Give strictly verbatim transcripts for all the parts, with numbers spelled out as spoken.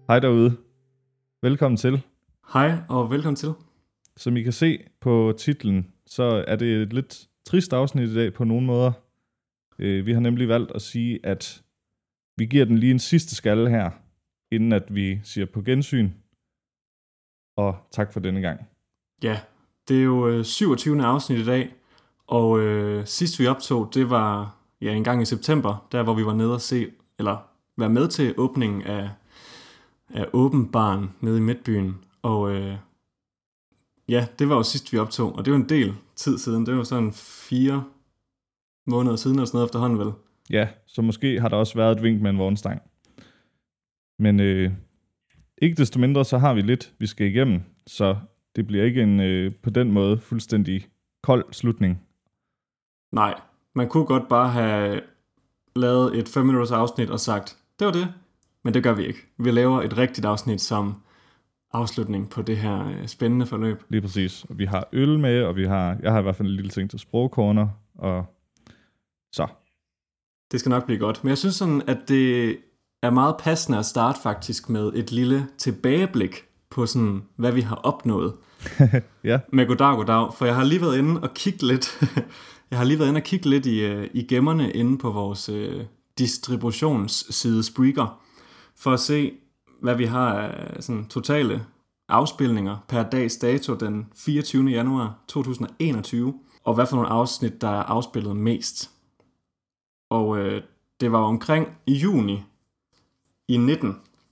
Hej derude. Velkommen til. Hej og velkommen til. Som I kan se på titlen, så er det et lidt trist afsnit i dag på nogle måder. Vi har nemlig valgt at sige, at vi giver den lige en sidste skalle her, inden at vi siger på gensyn. Og tak for denne gang. Ja, det er jo syvogtyvende afsnit i dag, og øh, sidst vi optog, det var ja, en gang i september, der hvor vi var nede og se, eller være med til åbningen af, af Åben Barn nede i Midtbyen. Og øh, ja, det var jo sidst vi optog, og det var en del tid siden. Det var sådan fire måneder siden eller sådan noget efterhånden vel. Ja, så måske har der også været et vink med en vognstang. Men øh, ikke desto mindre, så har vi lidt, vi skal igennem, så det bliver ikke en øh, på den måde fuldstændig kold slutning. Nej, man kunne godt bare have lavet et fem minutters afsnit og sagt, det var det, men det gør vi ikke. Vi laver et rigtigt afsnit som afslutning på det her øh, spændende forløb. Lige præcis. Og vi har øl med, og vi har, jeg har i hvert fald en lille ting til sprogkorner, og så. Det skal nok blive godt. Men jeg synes sådan, at det er meget passende at starte faktisk med et lille tilbageblik på sådan, hvad vi har opnået. Ja. Med goddag, goddag. For jeg har lige været inde og kigge lidt. jeg har lige været inde og kigge lidt i, i gemmerne inde på vores øh, distributionsside Spreaker, for at se, hvad vi har af sådan totale afspilninger per dags dato den fireogtyvende januar to tusind og enogtyve, og hvad for nogle afsnit, der er afspillet mest. Og øh, det var omkring i juni i nitten,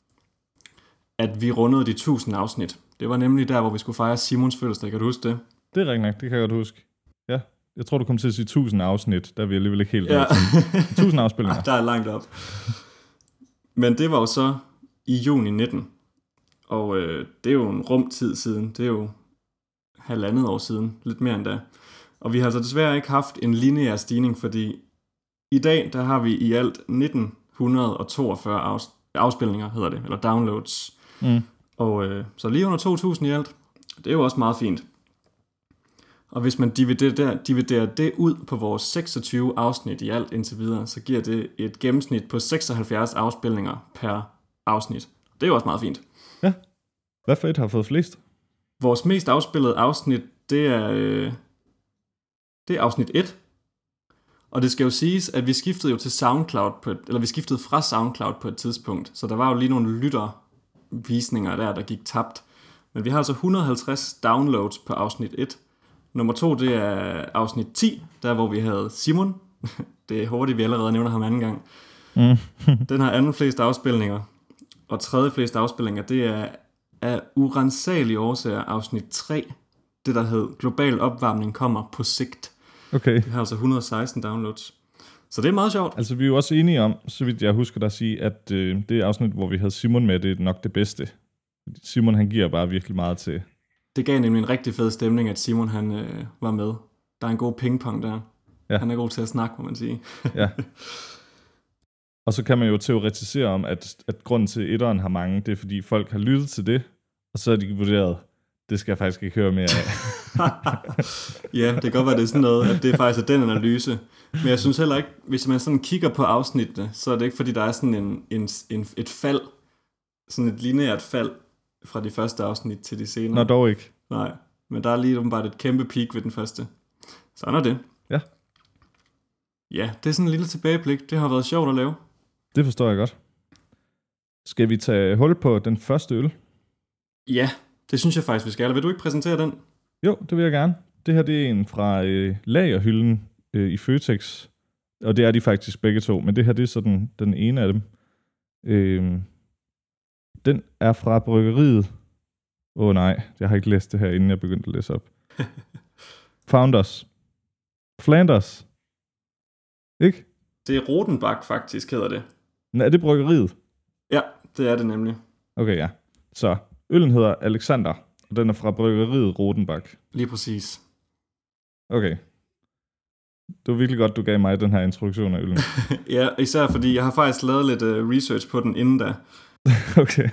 at vi rundede de tusind afsnit. Det var nemlig der, hvor vi skulle fejre Simons fødselsdag. Kan du huske det? Det er rigtigt nok, det kan jeg godt huske. Ja, jeg tror, du kom til at sige tusind afsnit. Der er vi alligevel ikke helt ja. tusind afspilninger. Der er langt op. Men det var jo så i juni nitten. Og øh, det er jo en rumtid siden. Det er jo halvandet år siden. Lidt mere end da. Og vi har så desværre ikke haft en lineær stigning, fordi i dag, der har vi i alt nitten toogfyrre afspilninger, hedder det, eller downloads. Mm. Og øh, så lige under to tusind i alt. Det er jo også meget fint. Og hvis man dividerer, dividerer det ud på vores seksogtyve afsnit i alt indtil videre, så giver det et gennemsnit på seksoghalvfjerds afspilninger per afsnit. Det er jo også meget fint. Ja. Hvad for et har fået flest? Vores mest afspillede afsnit, det er, øh, det er afsnit et. Og det skal jo siges, at vi skiftede jo til SoundCloud, på et, eller vi skiftede fra SoundCloud på et tidspunkt, så der var jo lige nogle lyttervisninger der, der gik tabt. Men vi har altså et hundrede og halvtreds downloads på afsnit et. Nummer to, det er afsnit ti, der hvor vi havde Simon. Det er hurtigt, vi allerede nævner ham anden gang. Mm. Den har anden flest afspilninger. Og tredje flest afspilninger, det er af urensagelige årsager afsnit tre. Det, der hed Global opvarmning kommer på sigt. Okay. Vi har altså et hundrede og seksten downloads. Så det er meget sjovt. Altså, vi er jo også enige om, så vidt jeg husker dig at sige, at øh, det afsnit, hvor vi havde Simon med, det er nok det bedste. Simon, han giver bare virkelig meget til. Det gav nemlig en rigtig fed stemning, at Simon han øh, var med. Der er en god pingpong der. Ja. Han er god til at snakke, må man sige. Ja. Og så kan man jo teoretisere om, at, at grunden til, at etteren har mange, det er, fordi folk har lyttet til det, og så er de vurderet, det skal jeg faktisk ikke høre mere af. Ja, det kan godt være, det er sådan noget, at det er faktisk den analyse. Men jeg synes heller ikke, hvis man sådan kigger på afsnittene, så er det ikke, fordi der er sådan en, en, en, et fald, sådan et lineært fald fra de første afsnit til de senere. Nå, dog ikke. Nej, men der er lige bare et kæmpe peak ved den første. Sådan er det. Ja. Ja, det er sådan en lille tilbageblik. Det har været sjovt at lave. Det forstår jeg godt. Skal vi tage hul på den første øl? Ja, det synes jeg faktisk, vi skal. Vil du ikke præsentere den? Jo, det vil jeg gerne. Det her, det er en fra øh, lagerhylden øh, i Føtex. Og det er de faktisk begge to. Men det her, det er så den, den ene af dem. Øh, den er fra bryggeriet. Åh oh, nej, jeg har ikke læst det her, inden jeg begyndte at læse op. Founders. Flanders. Ikke? Det er Rodenbach faktisk, hedder det. Men er det bryggeriet? Ja, det er det nemlig. Okay, ja. Så øllen hedder Alexander, og den er fra bryggeriet Rodenbach. Lige præcis. Okay. Det var virkelig godt, du gav mig den her introduktion af øllen. Ja, især fordi jeg har faktisk lavet lidt uh, research på den inden da. Okay.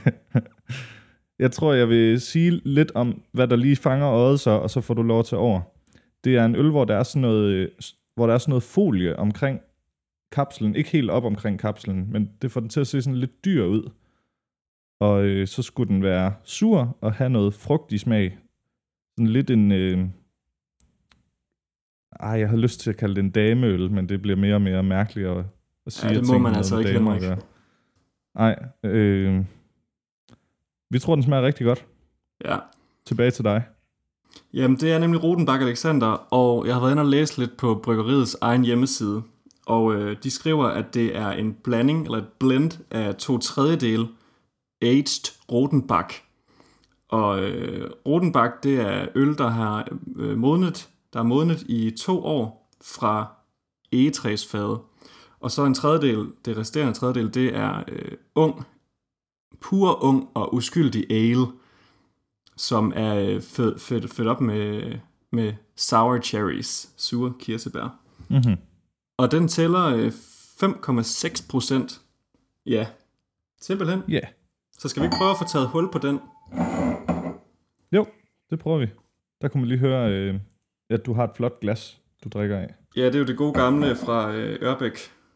Jeg tror, jeg vil sige lidt om, hvad der lige fanger øjet så, og så får du lov til over. Det er en øl, hvor der er sådan noget, hvor der er sådan noget folie omkring kapslen. Ikke helt op omkring kapslen, men det får den til at se sådan lidt dyr ud. Og øh, så skulle den være sur og have noget frugtig smag. Sådan lidt en... Øh... Ej, jeg har lyst til at kalde det en dameøl, men det bliver mere og mere mærkeligt at, at sige. Ja, det må man altså ikke, Henrik. Nej, øh... vi tror, den smager rigtig godt. Ja. Tilbage til dig. Jamen, det er nemlig Rodenbach Alexander, og jeg har været inde og læse lidt på bryggeriets egen hjemmeside. Og øh, de skriver, at det er en blanding, eller et blend af to tredjedele aged Rodenbach. Og øh, Rodenbach, det er øl, der har øh, modnet, der er modnet i to år fra egetræsfade. Og så en tredjedel, det resterende tredjedel, det er øh, ung, pur ung og uskyldig ale, som er født fød, fød op med, med sour cherries, sure kirsebær. Mm-hmm. Og den tæller fem komma seks procent. Ja, simpelthen. Ja. Yeah. Så skal vi ikke prøve at få taget hul på den? Jo, det prøver vi. Der kunne man lige høre, øh, at du har et flot glas, du drikker af. Ja, det er jo det gode gamle fra øh, Ørbæk.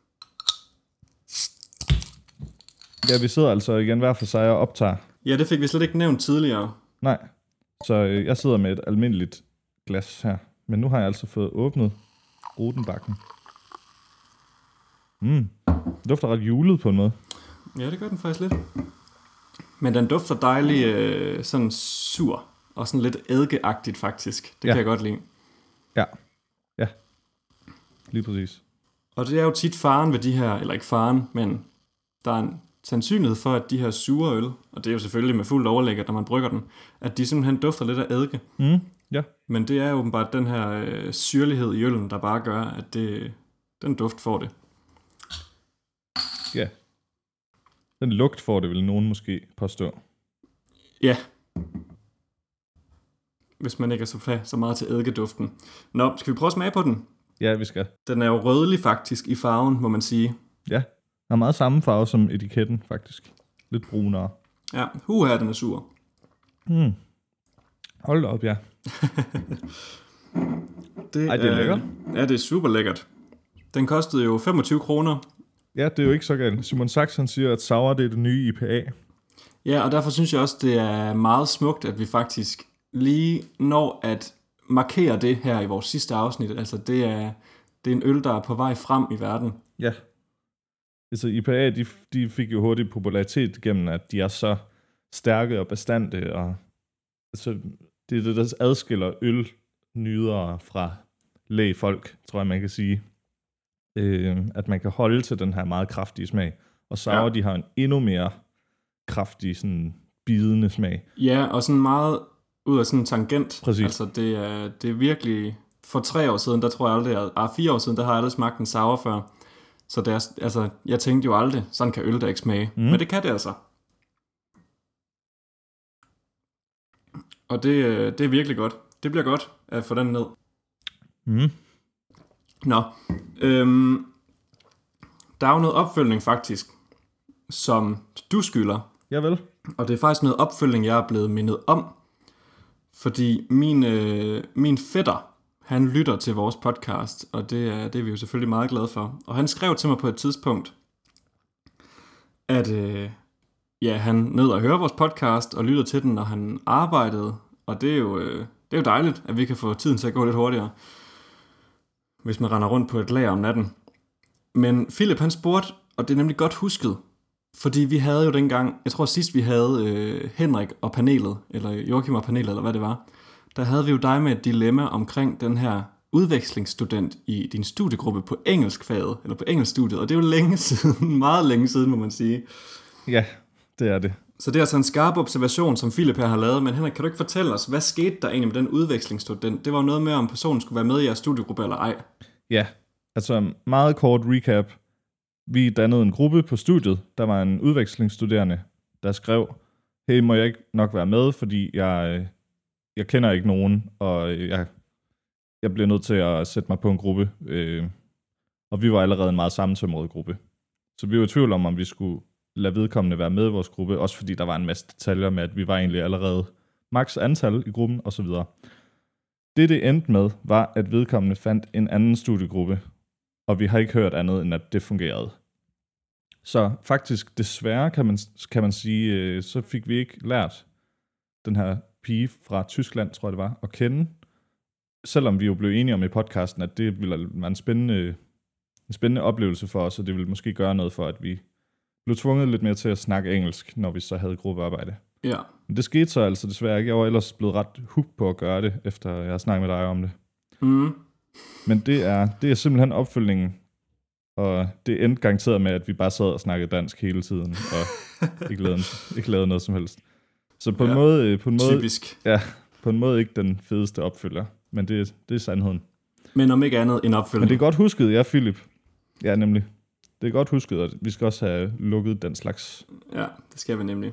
Ja, vi sidder altså igen hver for sig og optager. Ja, det fik vi slet ikke nævnt tidligere. Nej, så øh, jeg sidder med et almindeligt glas her. Men nu har jeg altså fået åbnet Rodenbachen. Mm, det dufter ret julet på en måde. Ja, det gør den faktisk lidt. Men den dufter dejlig øh, sådan sur og sådan lidt eddikeagtigt faktisk. Det ja. kan jeg godt lide. Ja, ja, lige præcis. Og det er jo tit faren ved de her, eller ikke faren, men der er en sandsynlighed for, at de her sure øl, og det er jo selvfølgelig med fuldt overlæg, når man brygger den, at de simpelthen dufter lidt af eddike. Mm, ja. Men det er jo åbenbart den her øh, syrlighed i øllen, der bare gør, at det, den duft får det. Ja. Den lugt får det, vil nogen måske påstå. Ja. Hvis man ikke er så, fa- så meget til eddike-duften. Nå, skal vi prøve at smage på den? Ja, vi skal. Den er jo rødlig faktisk i farven, må man sige. Ja, den har meget samme farve som etiketten faktisk. Lidt brunere. Ja, huha, den er sur. Mm. Hold da op, ja. det Ej, det er lækkert. Ja, det er super lækkert. Den kostede jo femogtyve kroner. Ja, det er jo ikke så galt. Simon Sachs, han siger, at sour det er det nye I P A. Ja, og derfor synes jeg også, det er meget smukt, at vi faktisk lige når at markere det her i vores sidste afsnit. Altså, det er, det er en øl, der er på vej frem i verden. Ja. Altså, I P A, de, de fik jo hurtigt popularitet gennem, at de er så stærke og bestandte, og altså, det er det, der adskiller ølnydere fra lægfolk, tror jeg, man kan sige. Øh, at man kan holde til den her meget kraftige smag. Og sour, ja. De har en endnu mere kraftig, sådan bidende smag. Ja, og sådan meget ud af sådan en tangent. Præcis. Altså, det er, det er virkelig... For tre år siden, der tror jeg aldrig... Ah, fire år siden, der har jeg aldrig smagt en sour før. Så det er, altså, jeg tænkte jo aldrig, sådan kan øl da ikke smage. Mm. Men det kan det altså. Og det, det er virkelig godt. Det bliver godt at få den ned. Mm. Nå. Øhm, der er jo noget opfølgning faktisk, som du skylder. Javel. Og det er faktisk noget opfølgning, jeg er blevet mindet om. Fordi min, øh, min fætter, han lytter til vores podcast, og det er, det er vi jo selvfølgelig meget glade for. Og han skrev til mig på et tidspunkt, at øh, ja, han nød at høre vores podcast og lytter til den, når han arbejdede. Og det er, jo, øh, det er jo dejligt, at vi kan få tiden til at gå lidt hurtigere, hvis man render rundt på et lager om natten. Men Philip, han spurgte, og det er nemlig godt husket, fordi vi havde jo dengang, jeg tror sidst vi havde øh, Henrik og panelet, eller Joachim og panelet, eller hvad det var, der havde vi jo dig med et dilemma omkring den her udvekslingsstudent i din studiegruppe på engelskfaget, eller på engelskstudiet, og det er jo længe siden, meget længe siden, må man sige. Ja, det er det. Så det er altså en skarp observation, som Philip her har lavet, men Henrik, kan du ikke fortælle os, hvad skete der egentlig med den udvekslingsstudent? Det var jo noget med, om personen skulle være med i jeres studiegruppe eller ej. Ja, altså meget kort recap. Vi dannede en gruppe på studiet, der var en udvekslingsstuderende, der skrev, hey, må jeg ikke nok være med, fordi jeg, jeg kender ikke nogen, og jeg, jeg bliver nødt til at sætte mig på en gruppe. Øh, og vi var allerede en meget sammensømret gruppe. Så vi var i tvivl om, om vi skulle lade vedkommende være med i vores gruppe, også fordi der var en masse detaljer med, at vi var egentlig allerede maks antal i gruppen, osv. Det, det endte med, var, at vedkommende fandt en anden studiegruppe, og vi har ikke hørt andet, end at det fungerede. Så faktisk desværre kan man, kan man sige, øh, så fik vi ikke lært den her pige fra Tyskland, tror jeg det var, at kende. Selvom vi jo blev enige om i podcasten, at det ville være en spændende, en spændende oplevelse for os, og det ville måske gøre noget for, at vi blev tvunget lidt mere til at snakke engelsk, når vi så havde gruppearbejde. Ja. Men det skete så altså desværre ikke. Jeg var ellers blevet ret hooked på at gøre det, efter jeg har snakket med dig om det. Mm. Men det er, det er simpelthen opfølgningen, og det endte garanteret med, at vi bare sad og snakkede dansk hele tiden, og ikke lavede, ikke lavede noget som helst. Så på en ja. måde... På en måde Typisk. Ja, på en måde ikke den fedeste opfølger, men det, det er sandheden. Men om ikke andet en opfølgning. Men det er godt husket, ja, Philip. Ja, nemlig. Det er godt husket, at vi skal også have lukket den slags. Ja, det skal vi nemlig.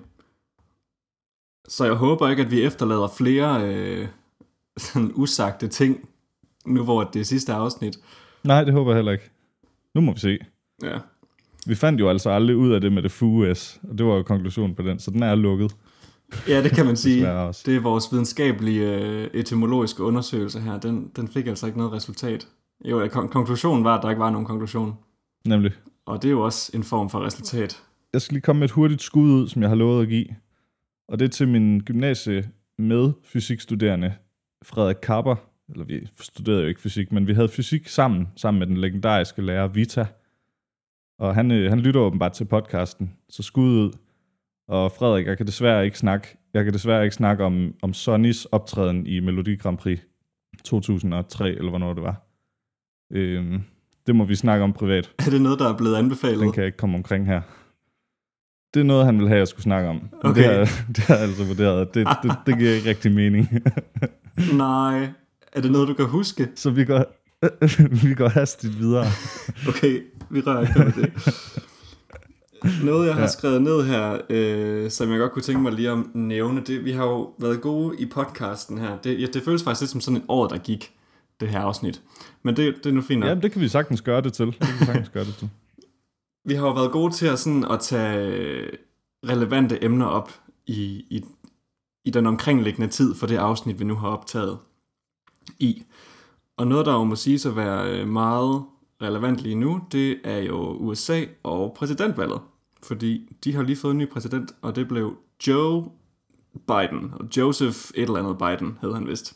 Så jeg håber ikke, at vi efterlader flere øh, sådan usagte ting, nu hvor det er sidste afsnit. Nej, det håber jeg heller ikke. Nu må vi se. Ja. Vi fandt jo altså aldrig ud af det med det F U S, og det var jo konklusionen på den, så den er lukket. Ja, det kan man sige. Det er vores videnskabelige øh, etymologiske undersøgelse her. Den, den fik altså ikke noget resultat. Jo, kon- konklusionen var, at der ikke var nogen konklusion. Nemlig. Og det er jo også en form for resultat. Jeg skal lige komme med et hurtigt skud ud, som jeg har lovet at give. Og det er til min gymnasie med fysikstuderende, Frederik Kapper. Eller vi studerede jo ikke fysik, men vi havde fysik sammen, sammen med den legendariske lærer Vita. Og han, øh, han lytter åbenbart til podcasten, så skud ud. Og Frederik, jeg kan desværre ikke snakke, jeg kan desværre ikke snakke om, om Sonnys optræden i Melodi Grand Prix to tusind og tre, eller hvornår det var. Øhm, det må vi snakke om privat. Er det noget, der er blevet anbefalet? Den kan jeg ikke komme omkring her. Det er noget, han vil have, jeg skulle snakke om. Okay. Det er, det er altså vurderet. Det, det, det giver ikke rigtig mening. Nej. Er det noget, du kan huske? Så vi går, vi går hastigt videre. Okay, vi rører ikke med det. Noget, jeg har ja. skrevet ned her, øh, som jeg godt kunne tænke mig lige at nævne, det, vi har jo været gode i podcasten her. Det, ja, det føles faktisk lidt som sådan et år, der gik, det her afsnit. Men det, det er nu fint nok. Jamen, det kan vi sagtens gøre det til. Det kan vi sagtens gøre det til. Vi har jo været gode til at, sådan, at tage relevante emner op i, i, i den omkringliggende tid for det afsnit, vi nu har optaget i. Og noget, der jo må sige at være meget relevant lige nu, det er jo U S A og præsidentvalget. Fordi de har lige fået en ny præsident, og det blev Joe Biden. Og Joseph et eller andet Biden hed han vist.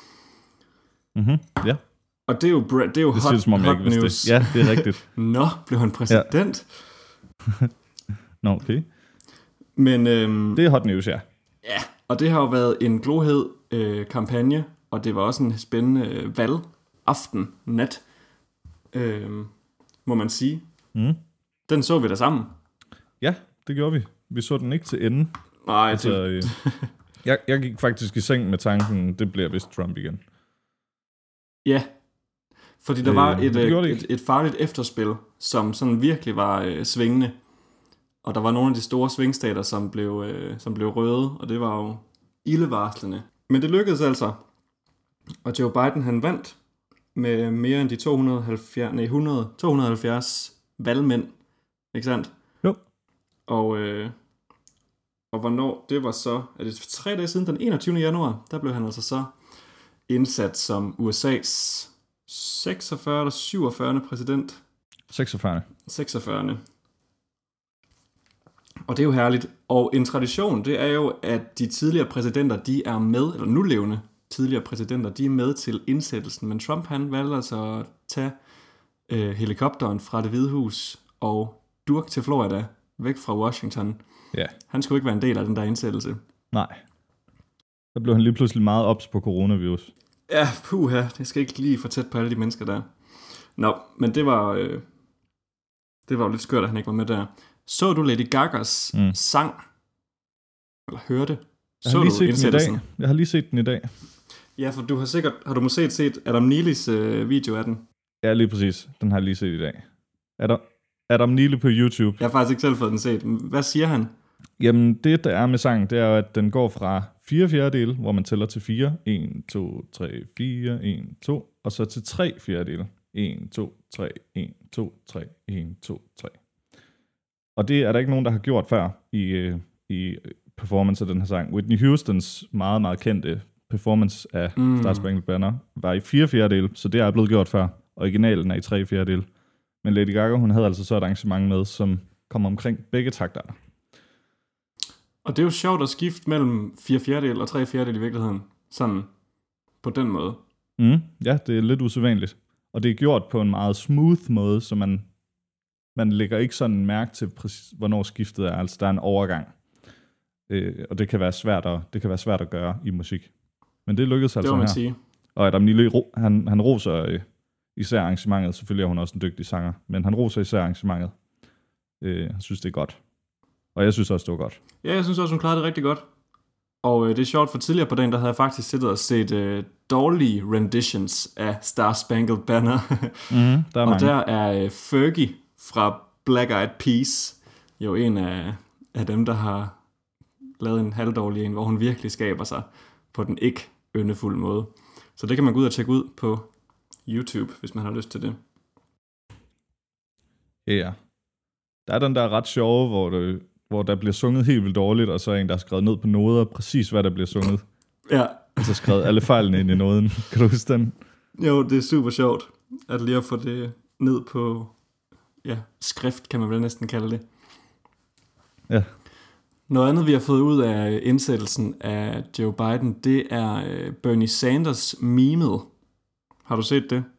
Mhm, ja. Og det er jo, det er jo det hot, synes, hot news. Det. Ja, det er rigtigt. Nå, blev han præsident? Ja. Nå, okay. Men, øhm, det er hot news, ja. Ja, og det har jo været en glohed øh, kampagne, og det var også en spændende øh, valgaften, nat, øh, må man sige. Mm. Den så vi da sammen. Ja, det gjorde vi. Vi så den ikke til ende. Nej, altså, det... øh, jeg, jeg gik faktisk i seng med tanken, det bliver vist Trump igen. Ja, fordi der øh, var et, øh, et, et farligt efterspil, som sådan virkelig var øh, svingende. Og der var nogle af de store svingstater, som blev, øh, som blev røde, og det var jo ildevarslende. Men det lykkedes altså, og Joe Biden han vandt med mere end de to hundrede og halvfjerds, nej, hundrede, to hundrede og halvfjerds valgmænd, ikke sandt? Jo. Og, øh, og hvornår, det var så, er det tre dage siden, den enogtyvende januar, der blev han altså så indsat som U S A's seksogfyrre eller syvogfyrre præsident. seksogfyrre. seksogfyrre. Og det er jo herligt. Og en tradition, det er jo, at de tidligere præsidenter, de er med, eller nulevende tidligere præsidenter, de er med til indsættelsen. Men Trump, han valgte altså at tage øh, helikopteren fra Det Hvide Hus og durk til Florida, væk fra Washington. Ja. Han skulle ikke være en del af den der indsættelse. Nej. Der blev han lige pludselig meget ops på coronavirus. Ja, puha, det skal ikke lige for tæt på alle de mennesker der. Nå, men det var, øh, det var jo lidt skørt, at han ikke var med der. Så du Lady Gagas mm. sang? Eller hørte? Jeg har, lige set den i dag. jeg har lige set den i dag. Ja, for du har sikkert, har du måske set Adam Neelys øh, video af den? Ja, lige præcis. Den har jeg lige set i dag. Adam, Adam Neely på YouTube. Jeg har faktisk ikke selv fået den set. Hvad siger han? Jamen, det der er med sangen, det er at den går fra fire fjerdedele, hvor man tæller til fire. en, to, tre, fire, en, to. Og så til tre fjerdedele. en, to, tre, en, to, tre, en, to, tre. Og det er der ikke nogen, der har gjort før i, i performance af den her sang. Whitney Houstons meget, meget kendte performance af mm. Star Spangled Banner var i fire fjerdedele, så det er blevet gjort før. Originalen er i tre fjerdedele. Men Lady Gaga, hun havde altså så et arrangement med, som kommer omkring begge takter. Og det er jo sjovt at skifte mellem fire fjerdedel og tre fjerdedel i virkeligheden. Sådan på den måde. Mm, ja, det er lidt usædvanligt. Og det er gjort på en meget smooth måde, så man, man lægger ikke sådan mærke til, præcis, hvornår skiftet er. Altså, der er en overgang. Øh, og det kan være svært at, det kan være svært at gøre i musik. Men det lykkedes altså det her. Det sige. Og Adam Nile, han, han roser øh, især arrangementet. Selvfølgelig er hun også en dygtig sanger, men han roser især arrangementet. Øh, jeg synes, det er godt. Og jeg synes også, det var godt. Ja, jeg synes også, hun klarede det rigtig godt. Og øh, det er sjovt, for tidligere på dagen, der havde jeg faktisk siddet og set øh, dårlige renditions af Star Spangled Banner. Mm-hmm, der er og mange. der er øh, Fergie fra Black Eyed Peas jo en af, af dem, der har lavet en halvdårlig en, hvor hun virkelig skaber sig på den ikke yndefulde måde. Så det kan man gå ud og tjekke ud på YouTube, hvis man har lyst til det. Ja, yeah. Der er den der ret sjove, hvor, det, hvor der bliver sunget helt vildt dårligt, og så er en, der har skrevet ned på noder præcis, hvad der bliver sunget. Ja. Og så skrevet alle fejlene ind i noden. Kan du huske den? Jo, det er super sjovt, at lige at få det ned på ja, skrift, kan man vel næsten kalde det. Ja. Noget andet, vi har fået ud af indsættelsen af Joe Biden, det er Bernie Sanders memet. Har du set det?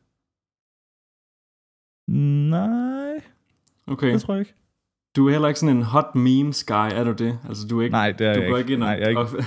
Nej. Okay. Det tror jeg ikke. Du er heller ikke sådan en hot memes guy, er du det? Altså, du er ikke, Nej, det er du jeg går ikke. ikke ind og... Nej, jeg, er ikke.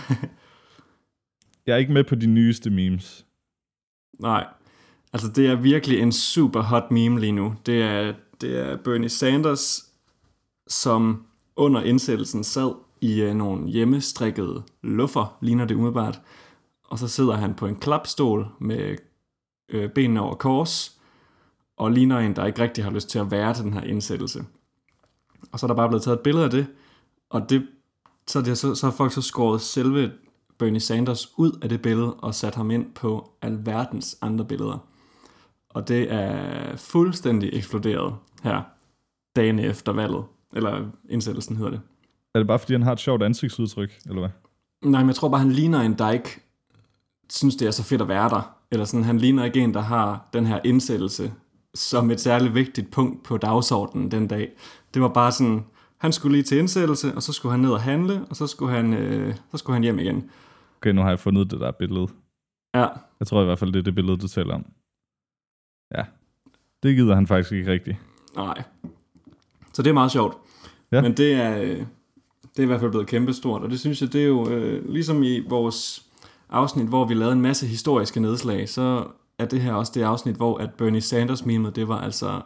Jeg er ikke med på de nyeste memes. Nej. Altså, det er virkelig en super hot meme lige nu. Det er, det er Bernie Sanders, som under indsættelsen sad i uh, nogle hjemmestrikkede luffer, ligner det umiddelbart. Og så sidder han på en klapstol med øh, benene over kors, og ligner en, der ikke rigtig har lyst til at være til den her indsættelse. Og så er der bare blevet taget et billede af det, og det, så, det, så, så har folk så skåret selve Bernie Sanders ud af det billede, og sat ham ind på alverdens andre billeder. Og det er fuldstændig eksploderet her, dagen efter valget, eller indsættelsen hedder det. Er det bare, fordi han har et sjovt ansigtsudtryk, eller hvad? Nej, men jeg tror bare, han ligner en, der ikke synes, det er så fedt at være der. Eller sådan, han ligner ikke en, der har den her indsættelse som et særligt vigtigt punkt på dagsordenen den dag. Det var bare sådan, han skulle lige til indsættelse, og så skulle han ned og handle, og så skulle han, øh, så skulle han hjem igen. Okay, nu har jeg fundet det der billede. Ja. Jeg tror i hvert fald, det er det billede, du taler om. Ja, det gider han faktisk ikke rigtigt. Nej. Så det er meget sjovt. Ja. Men det er, øh, det er i hvert fald blevet kæmpestort, og det synes jeg, det er jo øh, ligesom i vores afsnit, hvor vi lavede en masse historiske nedslag, så er det her også det afsnit, hvor at Bernie Sanders meme, det var altså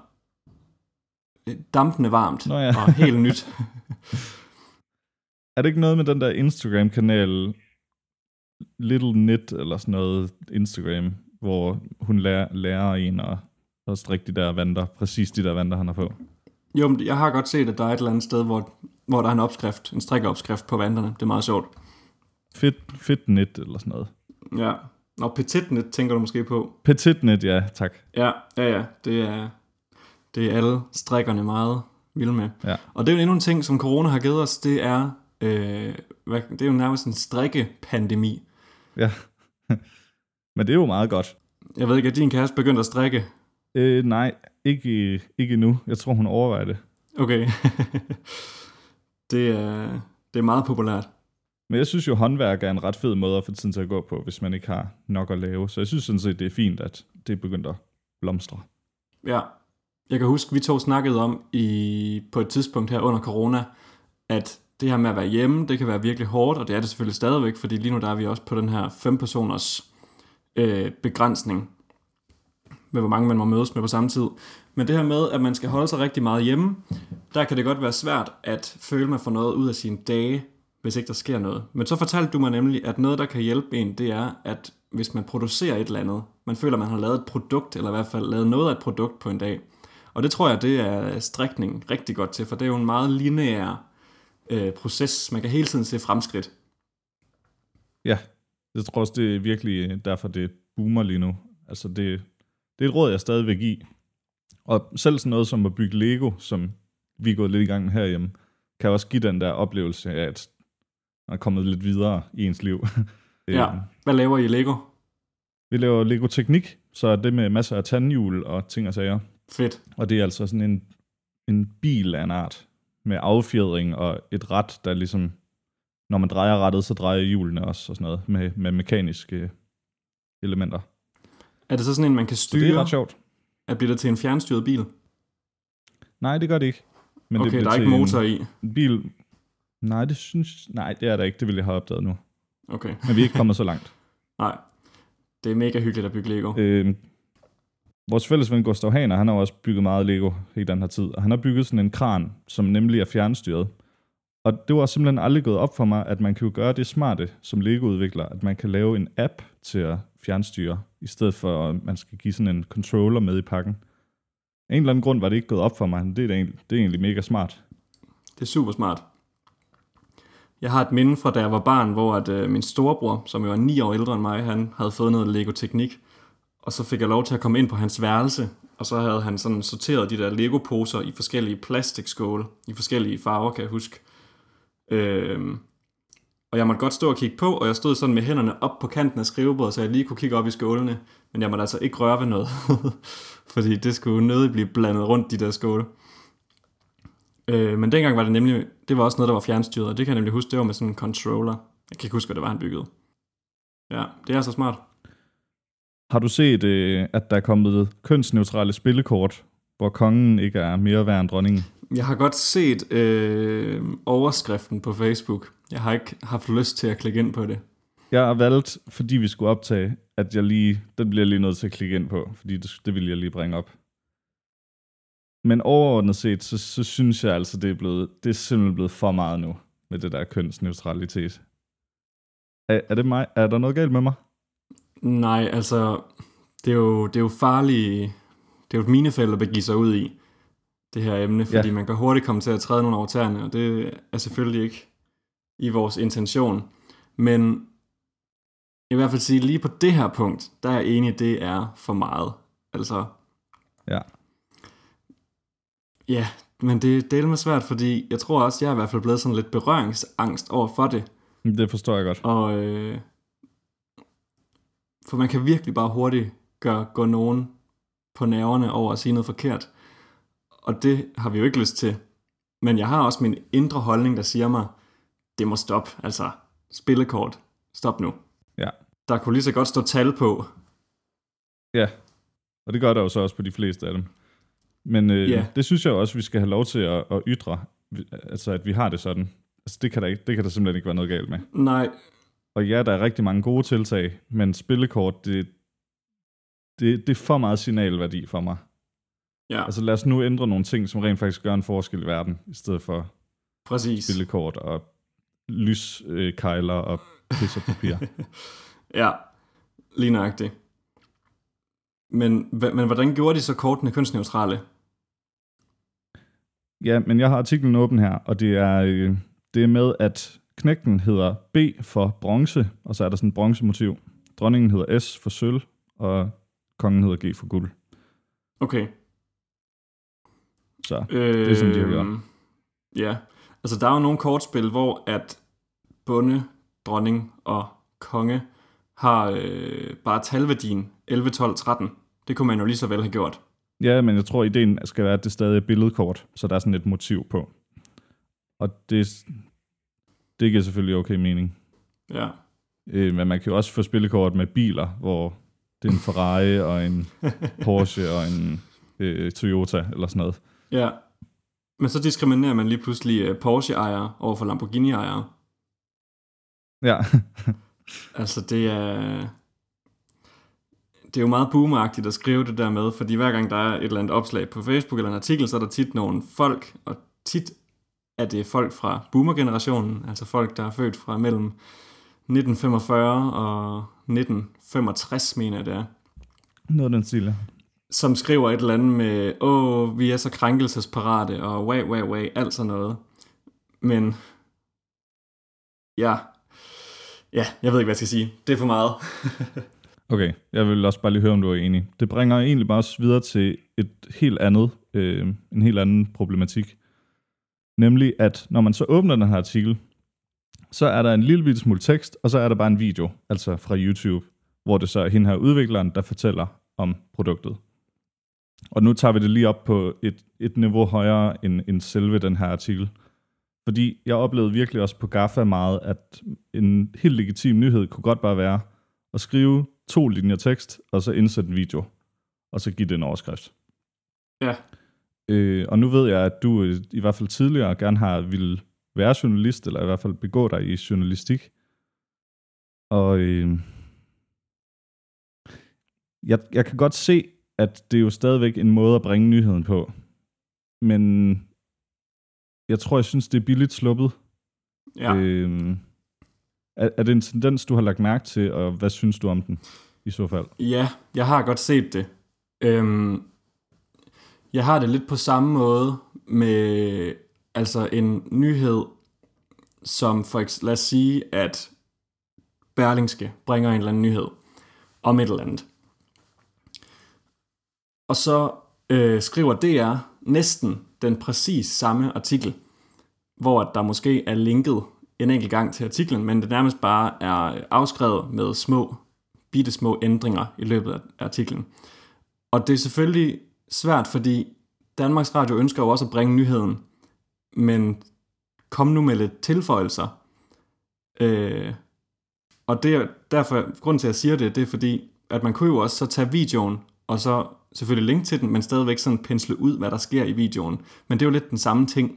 dampende varmt. Nå ja. Og helt nyt. Er det ikke noget med den der Instagram-kanal Little Knit eller sådan noget Instagram, hvor hun lærer, lærer en at, at strikke de der vanter, præcis de der vanter, han har på? Jo, men jeg har godt set, at der er et eller andet sted, hvor, hvor der er en opskrift, en strikkeopskrift på vanterne. Det er meget sjovt. Fit, fit knit eller sådan noget. Ja. Og petit knit tænker du måske på? Petit knit, ja, tak. Ja, ja, ja. Det er, det er alle strikkerne meget vilde med. Ja. Og det er jo endnu en ting, som corona har givet os, det er, øh, hvad, det er jo nærmest en strikkepandemi. Ja, men det er jo meget godt. Jeg ved ikke, at din kæreste begyndte at strikke? Øh, nej, ikke, ikke endnu. Jeg tror, hun overvejer det. Okay. det, er, det er meget populært. Men jeg synes jo, håndværk er en ret fed måde at få tiden til at gå på, hvis man ikke har nok at lave. Så jeg synes sådan set, det er fint, at det er begyndt at blomstre. Ja, jeg kan huske, vi to snakkede om i, på et tidspunkt her under corona, at det her med at være hjemme, det kan være virkelig hårdt, og det er det selvfølgelig stadigvæk, fordi lige nu der er vi også på den her fem personers øh, begrænsning, med hvor mange man må mødes med på samme tid. Men det her med, at man skal holde sig rigtig meget hjemme, der kan det godt være svært at føle, at man får noget ud af sine dage, hvis ikke der sker noget. Men så fortalte du mig nemlig, at noget, der kan hjælpe en, det er, at hvis man producerer et eller andet, man føler, at man har lavet et produkt, eller i hvert fald lavet noget af et produkt på en dag. Og det tror jeg, det er strikning rigtig godt til, for det er jo en meget lineær øh, proces. Man kan hele tiden se fremskridt. Ja, jeg tror også, det er virkelig derfor, det boomer lige nu. Altså, det, det er et råd, jeg stadig vil give. Og selv sådan noget som at bygge Lego, som vi er gået lidt i gang med herhjemme, kan også give den der oplevelse af, at man er kommet lidt videre i ens liv. Ja, hvad laver I i Lego? Vi laver Lego-teknik, så det med masser af tandhjul og ting og sager. Fedt. Og det er altså sådan en, en bil af en art, med affjedring og et rat, der ligesom, når man drejer rattet, så drejer hjulene også og sådan noget, med, med mekaniske elementer. Er det så sådan en, man kan styre? Så det er ret sjovt. At bliver det til en fjernstyret bil? Nej, det gør det ikke. Men okay, det der er ikke motor i? En bil... Nej, det synes... Nej, det er der ikke. Det vil jeg have opdaget nu. Okay. Men vi er ikke kommet så langt. Nej. Det er mega hyggeligt at bygge Lego. Øh, vores fælles ven Gustav Haner, han har også bygget meget Lego i den her tid. Og han har bygget sådan en kran, som nemlig er fjernstyret. Og det var simpelthen aldrig gået op for mig, at man kan jo gøre det smarte som Lego-udvikler, at man kan lave en app til at fjernstyre, i stedet for at man skal give sådan en controller med i pakken. Af en eller anden grund var det ikke gået op for mig, men det er, egentlig, det er egentlig mega smart. Det er super smart. Jeg har et minde fra, da jeg var barn, hvor at, øh, min storebror, som jo er ni år ældre end mig, han havde fået noget Lego-teknik, og så fik jeg lov til at komme ind på hans værelse, og så havde han sådan sorteret de der Lego-poser i forskellige plastikskåle, i forskellige farver, kan jeg huske. Øhm, og jeg måtte godt stå og kigge på, og jeg stod sådan med hænderne op på kanten af skrivebordet, så jeg lige kunne kigge op i skålene, men jeg måtte altså ikke røre ved noget, fordi det skulle nødigt blive blandet rundt, de der skåle. Øh, men dengang var det nemlig, det var også noget, der var fjernstyret, og det kan jeg nemlig huske, det var med sådan en controller. Jeg kan ikke huske, hvad det var, han byggede. Ja, det er så smart. Har du set, øh, at der er kommet kønsneutrale spillekort, hvor kongen ikke er mere værd end dronningen? Jeg har godt set øh, overskriften på Facebook. Jeg har ikke haft lyst til at klikke ind på det. Jeg har valgt, fordi vi skulle optage, at jeg lige, den bliver jeg lige nødt til at klikke ind på, fordi det, det vil jeg lige bringe op. Men overordnet set, så, så synes jeg altså, det er, blevet, det er simpelthen blevet for meget nu, med det der kønsneutralitet. Er, er, det mig? Er der noget galt med mig? Nej, altså, det er jo, det er jo farligt, det er jo et minefelt at begive sig ud i, det her emne, fordi ja. Man kan hurtigt komme til at træde nogle over tæerne, og det er selvfølgelig ikke i vores intention. Men i hvert fald sige, lige på det her punkt, der er jeg enig, det er for meget. Altså, ja. Ja, men det, det er lidt svært, fordi jeg tror også, jeg er i hvert fald blevet sådan lidt berøringsangst over for det. Det forstår jeg godt. Og, øh, for man kan virkelig bare hurtigt gøre, gå nogen på nerverne over at sige noget forkert. Og det har vi jo ikke lyst til. Men jeg har også min indre holdning, der siger mig, det må stoppe. Altså, spillekort, stop nu. Ja. Der kunne lige så godt stå tal på. Ja, og det gør der jo så også på de fleste af dem. Men øh, yeah. det synes jeg også, vi skal have lov til at, at ytre, altså at vi har det sådan. Altså det kan, der ikke, det kan der simpelthen ikke være noget galt med. Nej. Og ja, der er rigtig mange gode tiltag, men spillekort, det, det, det er for meget signalværdi for mig. Ja. Altså lad os nu ændre nogle ting, som rent faktisk gør en forskel i verden, i stedet for Præcis. spillekort og lyskejler øh, og pis og papir. Ja, lige nøjagtigt. Men, men hvordan gjorde de så kortene kønsneutrale? Ja, men jeg har artiklen åben her, og det er, øh, det er med, at knægten hedder B for bronze, og så er der sådan et bronzemotiv. Dronningen hedder S for sølv, og kongen hedder G for guld. Okay. Så øh, det er sådan, de har gjort. Ja, altså der er jo nogle kortspil, hvor at bonde, dronning og konge har øh, bare talværdien elleve, tolv, tretten. Det kunne man jo lige så vel have gjort. Ja, men jeg tror, ideen skal være, at det stadig er billedkort, så der er sådan et motiv på. Og det, det giver selvfølgelig okay mening. Ja. Øh, men man kan jo også få spillekort med biler, hvor det er en Ferrari og en Porsche og en øh, Toyota eller sådan noget. Ja, men så diskriminerer man lige pludselig Porsche-ejere over for Lamborghini-ejere. Ja. Altså det er... Det er jo meget boomeragtigt at skrive det der med, fordi hver gang der er et eller andet opslag på Facebook eller en artikel, så er der tit nogle folk, og tit er det folk fra boomer-generationen, altså folk, der er født fra mellem nitten femogfyrre og nitten femogtres, mener jeg det er. Noget af den stil. Som skriver et eller andet med, åh, vi er så krænkelsesparate, og way, way, way, alt sådan noget. Men, ja, ja, jeg ved ikke, hvad jeg skal sige. Det er for meget. Okay, jeg vil også bare lige høre, om du er enig. Det bringer egentlig bare os videre til et helt andet, øh, en helt anden problematik. Nemlig, at når man så åbner den her artikel, så er der en lille bitte smule tekst, og så er der bare en video, altså fra YouTube, hvor det så er hende her udvikleren, der fortæller om produktet. Og nu tager vi det lige op på et, et niveau højere end, end selve den her artikel. Fordi jeg oplevede virkelig også på GAFFA meget, at en helt legitim nyhed kunne godt bare være at skrive to linjer tekst, og så indsætte en video, og så give det en overskrift. Ja. Øh, og nu ved jeg, at du i hvert fald tidligere gerne har ville være journalist, eller i hvert fald begå dig i journalistik. Og øh, jeg, jeg kan godt se, at det er jo stadigvæk en måde at bringe nyheden på. Men jeg tror, jeg synes, det er billigt sluppet. Ja. Øh, er, er det en tendens, du har lagt mærke til, og hvad synes du om den i så fald? Ja, jeg har godt set det. Øhm, jeg har det lidt på samme måde med altså en nyhed, som for eksempel, lad os sige, at Berlingske bringer en eller anden nyhed om et eller andet. Og så øh, skriver D R næsten den præcis samme artikel, hvor der måske er linket en enkelt gang til artiklen, men det nærmest bare er afskrevet med små, bitte små ændringer i løbet af artiklen. Og det er selvfølgelig svært, fordi Danmarks Radio ønsker jo også at bringe nyheden, men kom nu med lidt tilføjelser. Øh, og det er derfor, grunden til at jeg siger det, det er fordi, at man kunne jo også så tage videoen, og så selvfølgelig link til den, men stadigvæk sådan pensle ud, hvad der sker i videoen. Men det er jo lidt den samme ting.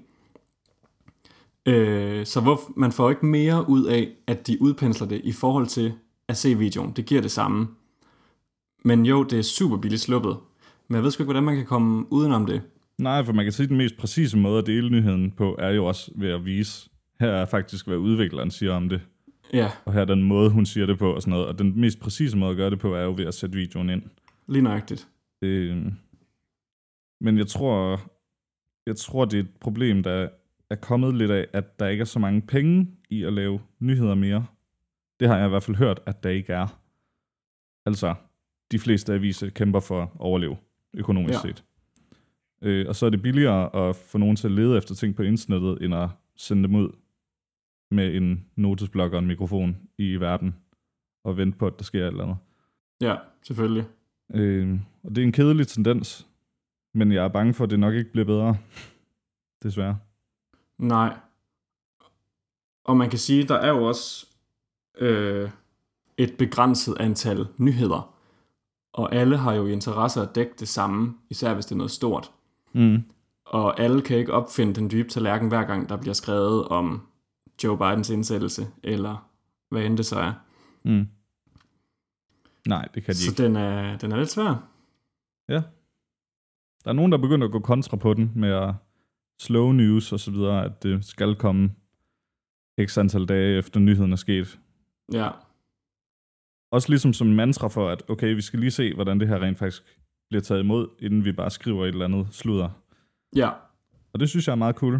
Øh, så hvor, man får ikke mere ud af, at de udpensler det i forhold til at se videoen. Det giver det samme. Men jo, det er super billigt sluppet. Men jeg ved sgu ikke, hvordan man kan komme udenom det. Nej, for man kan sige, at den mest præcise måde at dele nyheden på, er jo også ved at vise, her er faktisk, hvad udvikleren siger om det. Ja. Og her er den måde, hun siger det på og sådan noget. Og den mest præcise måde at gøre det på, er jo ved at sætte videoen ind. Lige nøjagtigt. Øh, men jeg tror, jeg tror, det er et problem, der er kommet lidt af, at der ikke er så mange penge i at lave nyheder mere. Det har jeg i hvert fald hørt, at der ikke er. Altså, de fleste aviser kæmper for at overleve, økonomisk ja. set. Øh, og så er det billigere at få nogen til at lede efter ting på internettet, end at sende dem ud med en notesblok og en mikrofon i verden, og vente på, at der sker et eller andet. Ja, selvfølgelig. Øh, og det er en kedelig tendens, men jeg er bange for, at det nok ikke bliver bedre. Desværre. Nej. Og man kan sige, der er jo også øh, et begrænset antal nyheder. Og alle har jo interesse at dække det samme, især hvis det er noget stort. Mm. Og alle kan ikke opfinde den dybe tallerken, hver gang der bliver skrevet om Joe Bidens indsættelse, eller hvad end det så er. Mm. Nej, det kan de så ikke. Så den er, den er lidt svær. Ja. Der er nogen, der begynder at gå kontra på den, med at slow news og så videre, at det skal komme x antal dage efter nyheden er sket. Ja. Også ligesom som en mantra for, at okay, vi skal lige se, hvordan det her rent faktisk bliver taget imod, inden vi bare skriver et eller andet sludder. Ja. Og det synes jeg er meget cool.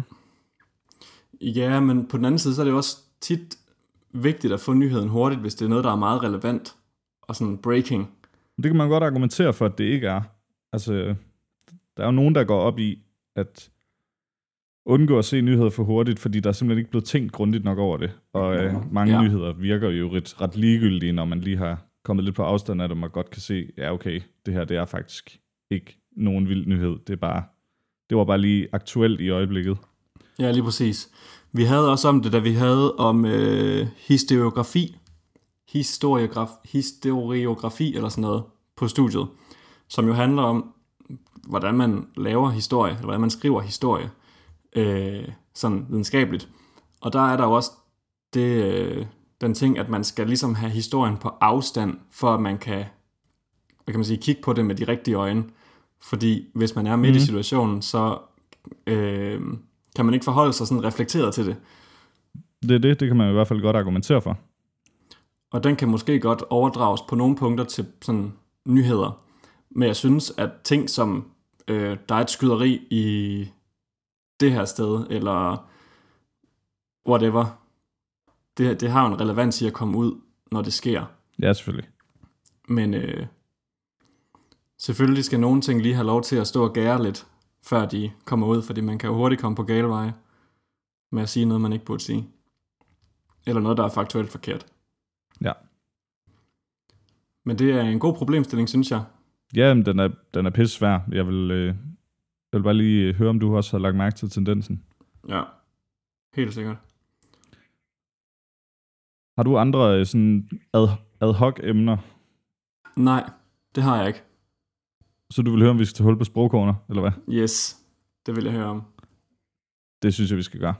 Ja, men på den anden side, så er det også tit vigtigt at få nyheden hurtigt, hvis det er noget, der er meget relevant og sådan breaking. Det kan man godt argumentere for, at det ikke er. Altså, der er jo nogen, der går op i, at undgå at se nyheder for hurtigt, fordi der er simpelthen ikke blevet tænkt grundigt nok over det. Og øh, mange ja. nyheder virker jo ret, ret ligegyldige, når man lige har kommet lidt på afstand af dem, og godt kan se, ja okay, det her det er faktisk ikke nogen vild nyhed. Det er bare, det var bare lige aktuelt i øjeblikket. Ja, lige præcis. Vi havde også om det, da vi havde om øh, historiografi, historiograf, historiografi eller sådan noget på studiet, som jo handler om, hvordan man laver historie, eller hvordan man skriver historie, øh, sådan videnskabeligt. Og der er der jo også det, øh, den ting, at man skal ligesom have historien på afstand, for at man kan, hvad kan man sige, kigge på det med de rigtige øjne. Fordi hvis man er midt mm. i situationen, så øh, kan man ikke forholde sig sådan reflekteret til det. Det er det, det kan man i hvert fald godt argumentere for. Og den kan måske godt overdrages på nogle punkter til sådan nyheder. Men jeg synes, at ting som, øh, der er et skyderi i det her sted, eller whatever, det, det har en relevans i at komme ud, når det sker. Ja, selvfølgelig. Men øh, selvfølgelig skal nogle ting lige have lov til at stå og gære lidt, før de kommer ud, fordi man kan jo hurtigt komme på gale veje med at sige noget, man ikke burde sige. Eller noget, der er faktuelt forkert. Ja. Men det er en god problemstilling, synes jeg. Ja, men den er, den er pisse svær. Jeg vil, øh, jeg vil bare lige høre, om du også har lagt mærke til tendensen. Ja, helt sikkert. Har du andre øh, sådan ad, ad hoc emner? Nej, det har jeg ikke. Så du vil høre, om vi skal tage hul på sprogkorner, eller hvad? Yes, det vil jeg høre om. Det synes jeg, vi skal gøre.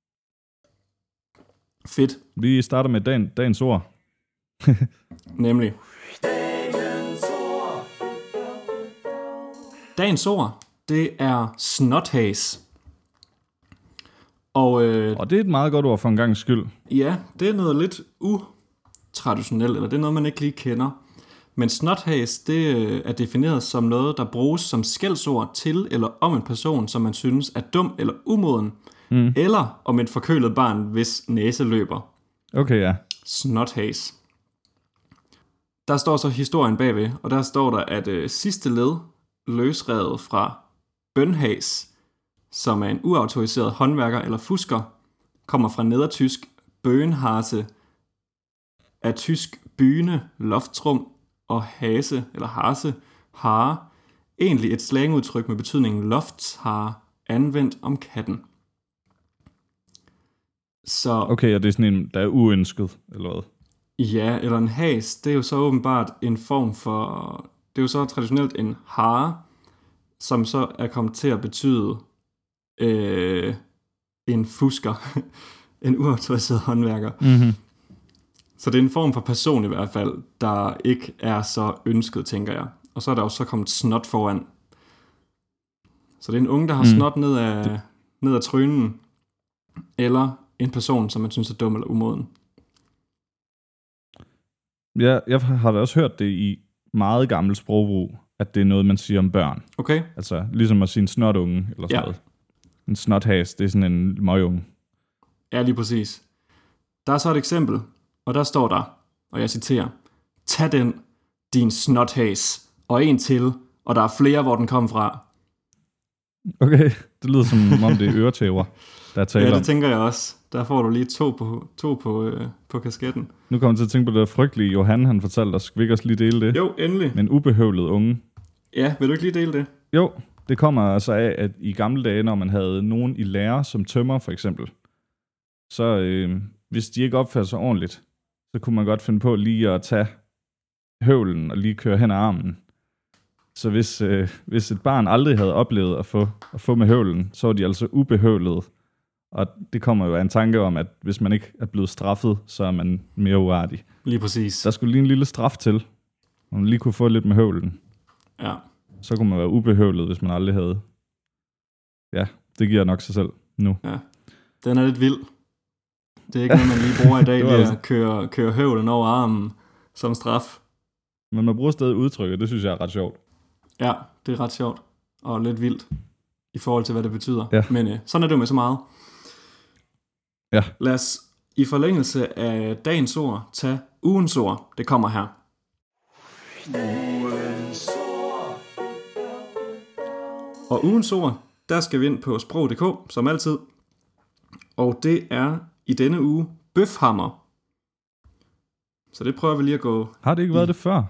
Fedt. Vi starter med dagen, dagens ord. Nemlig. Dagens ord, det er snothæs. Og, øh, Og det er et meget godt ord for en gangs skyld. ja, det er noget lidt utraditionelt, eller det er noget, man ikke lige kender. Men snothæs, det øh, er defineret som noget, der bruges som skældsord til eller om en person, som man synes er dum eller umoden, mm. eller om et forkølet barn, hvis næse løber. Okay, ja. Snothæs. Der står så historien bagved, og der står der, at øh, sidste led, løsrevet fra bønhæs, som er en uautoriseret håndværker eller fusker, kommer fra nedertysk bønhase, af tysk byne, loftrum og hase eller hase, hare, egentlig et slangudtryk med betydningen loftshare, anvendt om katten. Så Okay, og det er sådan en, der er uønsket, eller hvad? ja, eller en has, det er jo så åbenbart en form for, det er jo så traditionelt en hare, som så er kommet til at betyde øh, en fusker, en uautoriseret håndværker. Mm-hmm. Så det er en form for person i hvert fald, der ikke er så ønsket, tænker jeg. Og så er der jo så kommet snot foran. Så det er en unge, der har mm. snot ned af, ned af trynen, eller en person, som man synes er dum eller umoden. Ja, jeg har da også hørt det i meget gammel sprogbrug, at det er noget, man siger om børn. Okay. Altså, ligesom at sige en snotunge, eller sådan Ja. noget. En snothas, det er sådan en møgunge. Ja, lige præcis. Der er så et eksempel, og der står der, og jeg citerer, tag den, din snothas, og en til, og der er flere, hvor den kom fra. Okay, det lyder som om det er øretæver, der er tale Ja, om. det tænker jeg også. Der får du lige to på, to på, øh, på kasketten. Nu kommer jeg til at tænke på det der frygtelige Johan, han fortalte os. Skal vi ikke også lige dele det? Jo, endelig. Men ubehøvlet unge. Ja, vil du ikke lige dele det? Jo, det kommer altså af, at i gamle dage, når man havde nogen i lære som tømmer for eksempel, så øh, hvis de ikke opførte sig ordentligt, så kunne man godt finde på lige at tage høvlen og lige køre hen ad armen. Så hvis, øh, hvis et barn aldrig havde oplevet at få, at få med høvlen, så var de altså ubehøvlede. Og det kommer jo af en tanke om, at hvis man ikke er blevet straffet, så er man mere uartig. Lige præcis. Der skulle lige en lille straf til, hvor man lige kunne få lidt med høvlen. Ja. Så kunne man være ubehøvlet, hvis man aldrig havde. Ja, det giver nok sig selv nu. Ja. Den er lidt vild. Det er ikke noget, man lige bruger i dag, Det var ved altså- at køre, køre høvlen over armen som straf. Men man bruger stadig udtrykket, det synes jeg er ret sjovt. Ja, det er ret sjovt. Og lidt vildt i forhold til, hvad det betyder. Ja. Men øh, sådan er det jo med så meget. Ja. Lad os i forlængelse af dagens ord tage ugens ord. Det kommer her. Ugens ord. Og ugens ord, der skal vi ind på sprog punktum d k, som altid. Og det er i denne uge bøfhammer. Så det prøver vi lige at gå... Har det ikke været det før?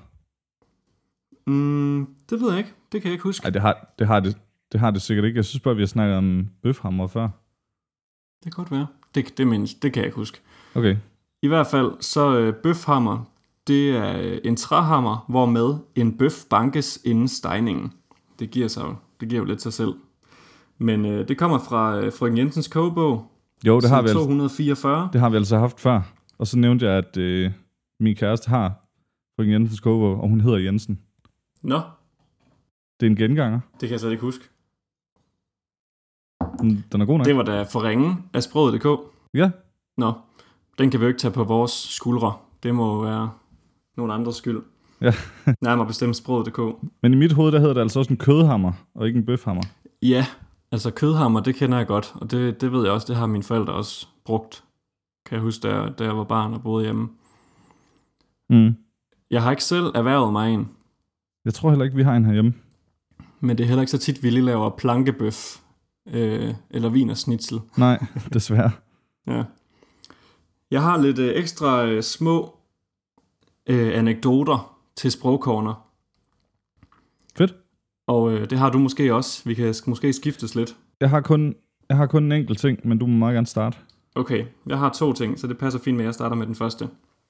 Mm, det ved jeg ikke. Det kan jeg ikke huske. Nej, det har det, har det, det har det sikkert ikke. Jeg synes bare, vi har snakket om bøfhammer før. Det kan godt være. Det, det, mindst, det kan jeg ikke huske. Okay. I hvert fald, så øh, bøfhammer, det er øh, en træhammer, hvormed en bøf bankes inden stegningen. Det giver sig jo, det giver jo lidt sig selv. Men øh, det kommer fra øh, Frøken Jensens kogebog, Jo, det har, vi side altså, to hundrede fireogfyrre. det har vi altså haft før. Og så nævnte jeg, at øh, min kæreste har Frøken Jensens kogebog, og hun hedder Jensen. Nå, Det er en genganger. det kan jeg slet ikke huske. Den, den er god nok. Det var da for ringe af sproget punktum d k. Ja, Nå, den kan vi jo ikke tage på vores skuldre. Det må jo være nogen andres skyld. Ja. Nærmere bestemt sproget punktum d k. men i mit hoved, der hedder det altså også en kødhammer, og ikke en bøfhammer. Ja, altså kødhammer, det kender jeg godt, og det, det ved jeg også, det har mine forældre også brugt. Kan jeg huske, da, da jeg var barn og boede hjemme. Mm. Jeg har ikke selv erhvervet mig en, Jeg tror heller ikke, vi har en herhjemme. men det er heller ikke så tit, vi lige laver plankebøf øh, eller wienersnitzel. Nej, desværre. Ja. Jeg har lidt øh, ekstra øh, små øh, anekdoter til sprogcorner. Og øh, det har du måske også. Vi kan måske skiftes lidt. Jeg har kun, jeg har kun en enkelt ting, men du må meget gerne starte. Okay, jeg har to ting, så det passer fint med, at jeg starter med den første.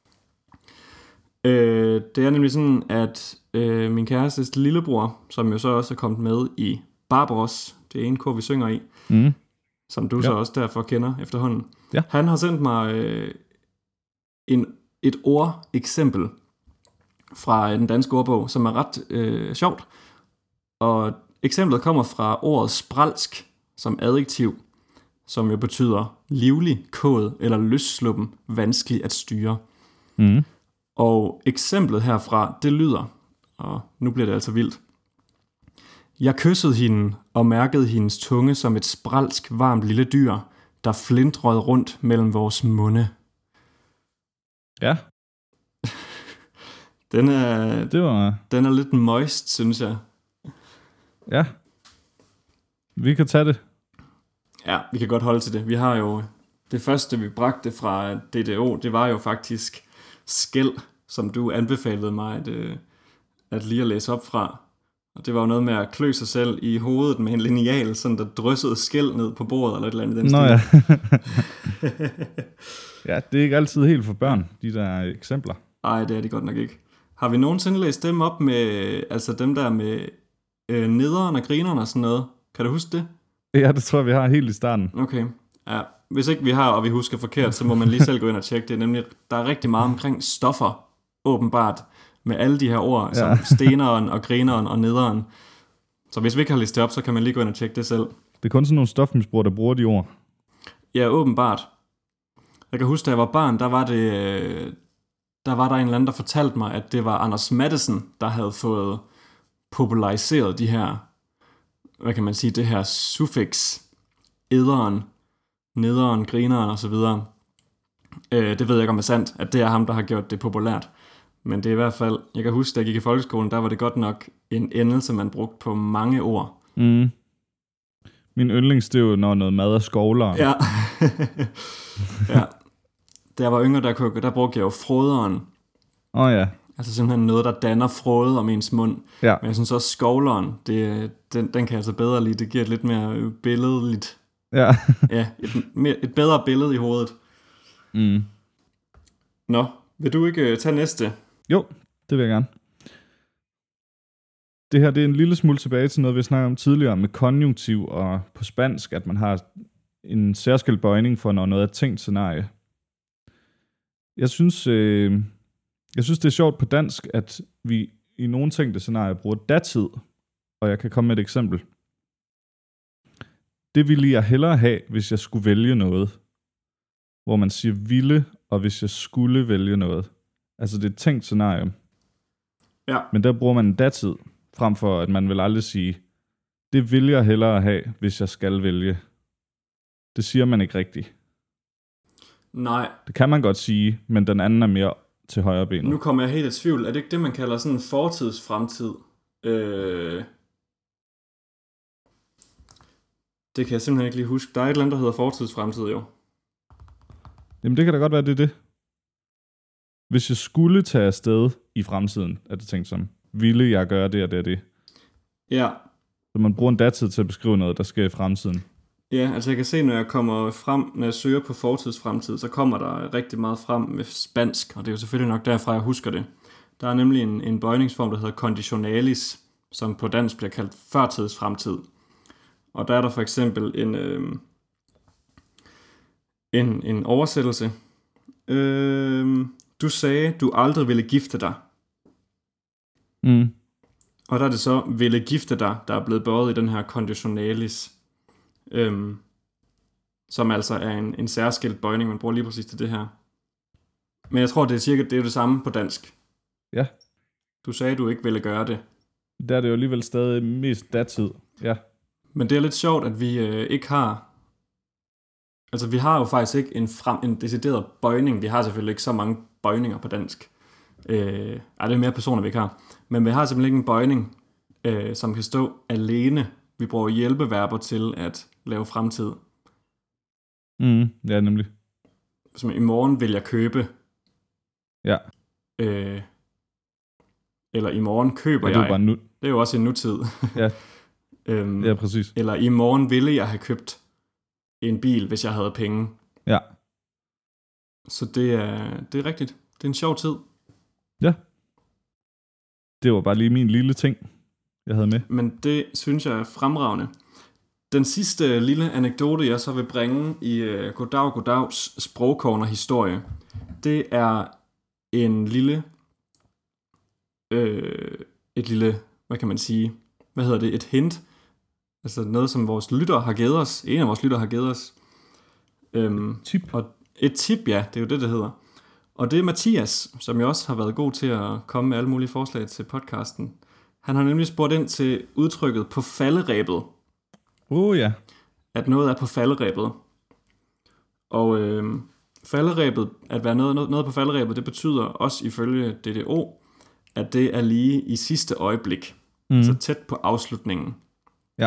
Øh, det er nemlig sådan, at øh, min kærestes lillebror, som jo så også er kommet med i Barbaros, det ene kor, vi synger i, Mm. som du Ja. så også derfor kender efterhånden. Ja. Han har sendt mig øh, en, et ordeksempel fra den danske ordbog, som er ret øh, sjovt. Og eksemplet kommer fra ordet spralsk som adjektiv, som jo betyder livlig, kåd eller løssluppen, vanskelig at styre. Mm. Og eksemplet herfra, det lyder, og nu bliver det altså vildt. Jeg kyssede hende og mærkede hendes tunge som et spralsk, varmt lille dyr, der flintrede rundt mellem vores munde. Ja, Den er, det var... den er lidt moist, synes jeg. Ja. Vi kan tage det. Ja, vi kan godt holde til det. Vi har jo, det første vi bragte fra D D O, det var jo faktisk skæld, som du anbefalede mig at, øh, at lige at læse op fra. Og det var jo noget med at klø sig selv i hovedet med en lineal, sådan der dryssede skæld ned på bordet, eller et eller andet i den Nå stil. ja. Ja, det er ikke altid helt for børn, de der eksempler. Ej, det er de godt nok ikke. Har vi nogensinde læst dem op med, altså dem der med øh, nederen og grineren og sådan noget? Kan du huske det? Ja, det tror jeg, vi har helt i starten. Okay, ja. Hvis ikke vi har, og vi husker forkert, så må man lige selv gå ind og tjekke det. Nemlig, der er rigtig meget omkring stoffer, åbenbart, med alle de her ord, som Ja. steneren og grineren og nederen. Så hvis vi ikke har listet op, så kan man lige gå ind og tjekke det selv. Det er kun sådan nogle stofmisbrugere, der bruger de ord. Ja, åbenbart. Jeg kan huske, da jeg var barn, der var det, øh, der var der en eller anden, der fortalte mig, at det var Anders Matthesen, der havde fået populariseret de her, hvad kan man sige, det her suffix, ederen, nederen, grineren og så videre. Øh, det ved jeg ikke om er sandt, at det er ham, der har gjort det populært. Men det er i hvert fald, jeg kan huske, da jeg gik i folkeskolen, der var det godt nok en endelse, man brugte på mange ord. Mm. Min yndlings, det er jo, når noget mad er skovler. Ja. Ja. Da jeg var yngre, der, kunne, der brugte jeg jo fråderen. Åh oh, ja. Altså simpelthen noget, der danner frode om ens mund. Ja. Men jeg synes også, skovleren, det, den, den kan jeg altså bedre lide. Det giver et lidt mere billedligt, Ja. ja, et, mere, et bedre billede i hovedet. Mm. Nå, vil du ikke tage næste? Jo, det vil jeg gerne. Det her, det er en lille smule tilbage til noget, vi snakkede om tidligere med konjunktiv og på spansk, at man har en særskilt bøjning for, når noget er et tænkt scenarie. Jeg synes, øh, jeg synes, det er sjovt på dansk, at vi i nogle tænkte scenarier bruger datid, og jeg kan komme med et eksempel. Det ville jeg hellere have, hvis jeg skulle vælge noget, hvor man siger ville, og hvis jeg skulle vælge noget. Altså det er et tænkt scenarie. Ja. Men der bruger man en datid, frem for at man vil aldrig sige, det vil jeg hellere have, hvis jeg skal vælge. Det siger man ikke rigtigt. Nej. Det kan man godt sige, men den anden er mere til højre benet. Nu kommer jeg helt i tvivl. Er det ikke det, man kalder sådan en fortidsfremtid? Øh... Det kan jeg simpelthen ikke lige huske. Der er et eller andet, der hedder fortidsfremtid, jo. Jamen det kan da godt være, det er det. Hvis jeg skulle tage afsted i fremtiden, er det tænkt som, ville jeg gøre det og det og det. Ja. Så man bruger en datid til at beskrive noget, der sker i fremtiden. Ja, altså jeg kan se, når jeg kommer frem, når jeg søger på fortidsfremtid, så kommer der rigtig meget frem med spansk, og det er jo selvfølgelig nok derfra, jeg husker det. Der er nemlig en, en bøjningsform, der hedder conditionalis, som på dansk bliver kaldt førtidsfremtid. Og der er der for eksempel en, øh, en, en oversættelse. Øh, du sagde, du aldrig ville gifte dig. Mm. Og der er det så, ville gifte dig, der er blevet bøjet i den her conditionalis. Øhm, som altså er en, en særskilt bøjning, man bruger lige præcis til det her. Men jeg tror, det er cirka det, er det samme på dansk. Ja. Du sagde, du ikke ville gøre det. Der er det jo alligevel stadig mest datid. Ja. Men det er lidt sjovt, at vi øh, ikke har... Altså, vi har jo faktisk ikke en, frem, en decideret bøjning. Vi har selvfølgelig ikke så mange bøjninger på dansk. Øh, ej, det er mere personer, vi ikke har. Men vi har simpelthen ikke en bøjning, øh, som kan stå alene. Vi bruger hjælpeverber til at lave fremtid. Mm. Ja, nemlig. Som i morgen vil jeg købe. Ja. Øh, eller i morgen køber Ja, det er jeg. jo bare nu, Det er jo også en nutid. Ja, øhm, ja præcis. Eller i morgen ville jeg have købt en bil, hvis jeg havde penge. Ja. Så det er, det er rigtigt. Det er en sjov tid. Ja. Det var bare lige min lille ting, jeg havde med. Men det synes jeg er fremragende. Den sidste lille anekdote, jeg så vil bringe i uh, Goddag Goddags sprogcorner-historie, det er en lille, øh, et lille, hvad kan man sige, hvad hedder det, et hint, altså noget, som vores lytter har givet os, en af vores lytter har givet os. Øhm, Tip. Og et tip, ja, det er jo det, det hedder. Og det er Mathias, som jo også har været god til at komme med alle mulige forslag til podcasten. Han har nemlig spurgt ind til udtrykket på falderebet. Åh oh, ja. At noget er på falderebet. Og øh, falderebet, at være noget, noget på falderebet, det betyder også ifølge D D O, at det er lige i sidste øjeblik. Mm. Så tæt på afslutningen. Ja.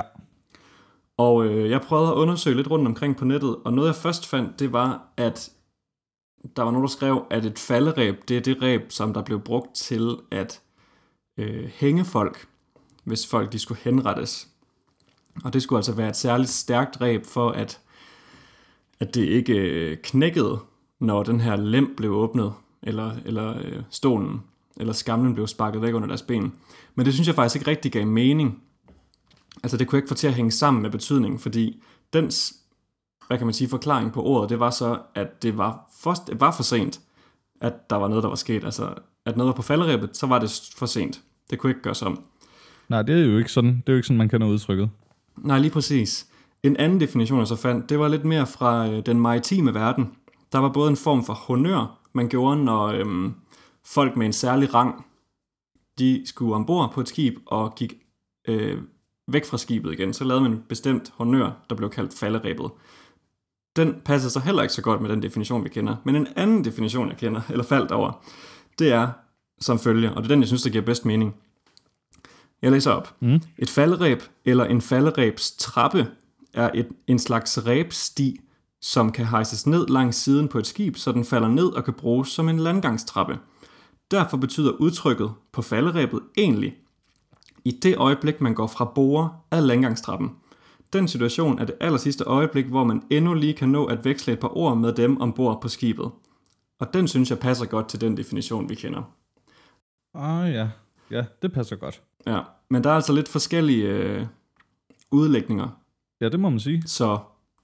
Og øh, jeg prøvede at undersøge lidt rundt omkring på nettet, og noget jeg først fandt, det var, at der var nogen, der skrev, at et faldereb, det er det reb, som der blev brugt til at øh, hænge folk, hvis folk de skulle henrettes. Og det skulle altså være et særligt stærkt reb for, at, at det ikke øh, knækkede, når den her lem blev åbnet, eller, eller øh, stolen, eller skamlen blev sparket væk under deres ben. Men det synes jeg faktisk ikke rigtig gav mening. Altså det kunne jeg ikke få til at hænge sammen med betydningen, fordi dens, hvad kan man sige, forklaring på ordet, det var så, at det var for, det var for sent, at der var noget, der var sket. Altså at noget var på falderebet, så var det for sent. Det kunne ikke gøres om. Nej, det er jo ikke sådan, det er jo ikke sådan, man kender udtrykket. Nej, lige præcis. En anden definition, jeg så fandt, det var lidt mere fra øh, den maritime verden. Der var både en form for honør, man gjorde, når øhm, folk med en særlig rang, de skulle ombord på et skib og gik øh, væk fra skibet igen. Så lavede man en bestemt honør, der blev kaldt falderebet. Den passer så heller ikke så godt med den definition, vi kender. Men en anden definition, jeg kender, eller faldt over, det er som følger, og det er den, jeg synes, der giver bedst mening. Jeg læser op. Mm. Et faldereb eller en falderebs trappe er et, en slags rebsti, som kan hejses ned langs siden på et skib, så den falder ned og kan bruges som en landgangstrappe. Derfor betyder udtrykket på falderebet egentlig i det øjeblik, man går fra borde af landgangstrappen. Den situation er det aller sidste øjeblik, hvor man endnu lige kan nå at veksle et par ord med dem ombord på skibet. Og den synes jeg passer godt til den definition, vi kender. Ah ja, ja, det passer godt. Ja, men der er altså lidt forskellige øh, udlægninger. Ja, det må man sige. Så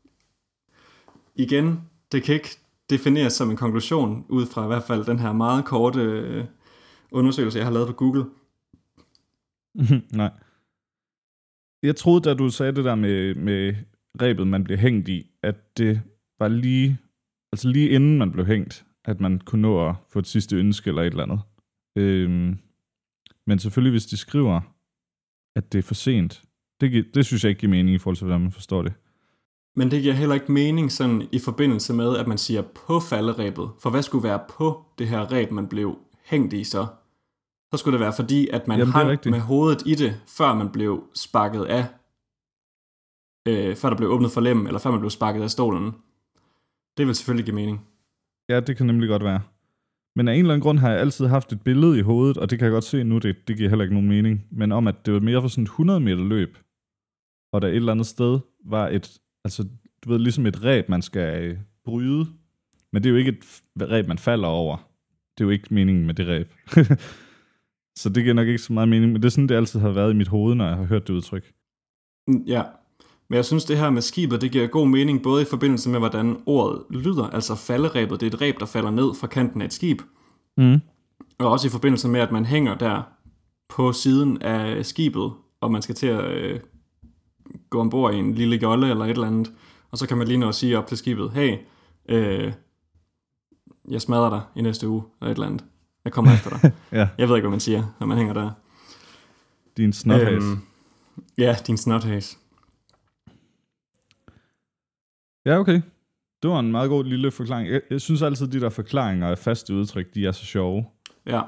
igen, det kan ikke defineres som en konklusion, ud fra i hvert fald den her meget korte øh, undersøgelse, jeg har lavet på Google. Nej. Jeg troede, da du sagde det der med, med rebet, man blev hængt i, at det var lige, altså lige inden man blev hængt, at man kunne nå at få et sidste ønske eller et eller andet. Øhm, men selvfølgelig, hvis de skriver, at det er for sent, det, det synes jeg ikke giver mening i forhold til, hvordan man forstår det. Men det giver heller ikke mening sådan i forbindelse med, at man siger på falderebet. For hvad skulle være på det her reb, man blev hængt i så? Så skulle det være fordi, at man Jamen, hang med hovedet i det, før man blev sparket af, øh, før der blev åbnet for lemmen, eller før man blev sparket af stolen. Det vil selvfølgelig give mening. Ja, det kan nemlig godt være. Men af en eller anden grund har jeg altid haft et billede i hovedet, og det kan jeg godt se nu, det, det giver heller ikke nogen mening, men om at det var mere for sådan et hundrede meter løb, og der et eller andet sted var et, altså du ved, ligesom et reb, man skal øh, bryde, men det er jo ikke et reb, man falder over. Det er jo ikke meningen med det reb. Så det giver nok ikke så meget mening, men det er sådan, det altid har været i mit hoved, når jeg har hørt det udtryk. Ja, men jeg synes, det her med skibet, det giver god mening, både i forbindelse med, hvordan ordet lyder, altså falderebet, det er et reb, der falder ned fra kanten af et skib, mm. og også i forbindelse med, at man hænger der på siden af skibet, og man skal til at øh, gå ombord i en lille jolle eller et eller andet, og så kan man lige nå at sige op til skibet, hey, øh, jeg smadrer dig i næste uge, eller et eller andet. Jeg kommer efter dig. Ja. Jeg ved ikke, hvad man siger, når man hænger der. Din snothæs. Øhm, ja, din snothæs. Ja, okay. Det var en meget god lille forklaring. Jeg, jeg synes altid, at de der forklaringer af faste udtryk, de er så sjove. Ja.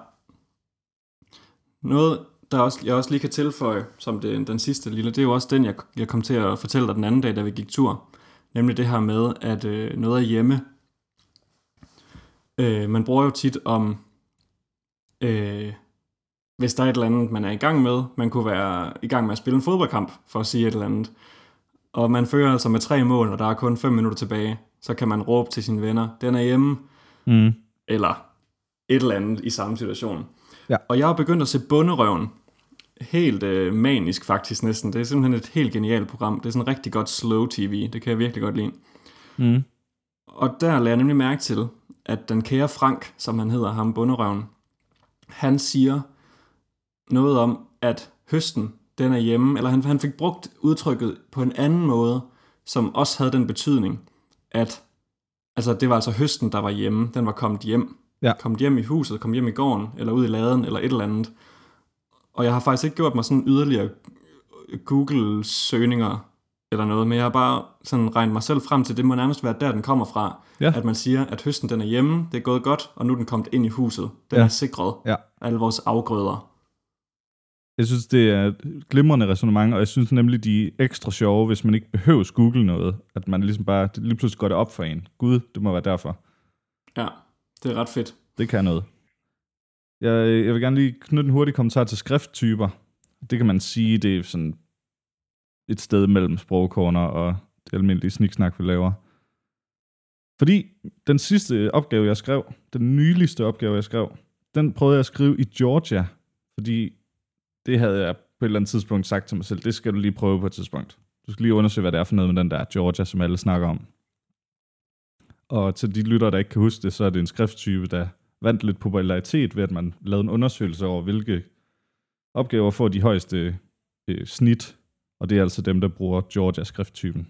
Noget, der også, jeg også lige kan tilføje, som det, den sidste lille, det er jo også den, jeg, jeg kom til at fortælle dig den anden dag, da vi gik tur. Nemlig det her med, at øh, noget er hjemme. Øh, man bruger jo tit om, øh, hvis der er et eller andet, man er i gang med. Man kunne være i gang med at spille en fodboldkamp, for at sige et eller andet. Og man fører altså med tre mål, og der er kun fem minutter tilbage. Så kan man råbe til sine venner, den er hjemme. Mm. Eller et eller andet i samme situation. Ja. Og jeg har begyndt at se Bonderøven. Helt øh, manisk faktisk næsten. Det er simpelthen et helt genialt program. Det er sådan rigtig godt slow tv. Det kan jeg virkelig godt lide. Mm. Og der lader jeg nemlig mærke til, at den kære Frank, som han hedder, ham Bonderøven, han siger noget om, at høsten, den er hjemme. Eller han, han fik brugt udtrykket på en anden måde, som også havde den betydning, at altså, det var altså høsten, der var hjemme. Den var kommet hjem. Ja. Kommet hjem i huset, kommet hjem i gården, eller ud i laden, eller et eller andet. Og jeg har faktisk ikke gjort mig sådan yderligere Google-søgninger eller noget, men jeg har bare sådan regnet mig selv frem til, det må nærmest være der, den kommer fra. Ja. At man siger, at høsten den er hjemme, det er gået godt, og nu er den kommet ind i huset. Den Ja. er sikret Ja. alle vores afgrøder. Jeg synes, det er et glimrende ræsonnement, og jeg synes nemlig, de er ekstra sjove, hvis man ikke behøver google noget. At man ligesom bare, det lige pludselig går det op for en. Gud, det må være derfor. Ja, det er ret fedt. Det kan noget. Jeg, jeg vil gerne lige knytte en hurtig kommentar til skrifttyper. Det kan man sige, det er sådan et sted mellem sprogkorner og det almindelige sniksnak, vi laver. Fordi den sidste opgave, jeg skrev, den nyligste opgave, jeg skrev, den prøvede jeg at skrive i Georgia, fordi det havde jeg på et eller andet tidspunkt sagt til mig selv, det skal du lige prøve på et tidspunkt. Du skal lige undersøge, hvad det er for noget med den der Georgia, som alle snakker om. Og til de lyttere, der ikke kan huske det, så er det en skrifttype, der vandt lidt popularitet ved, at man lavede en undersøgelse over, hvilke opgaver får de højeste øh, snit, og det er altså dem, der bruger Georgia-skrifttypen.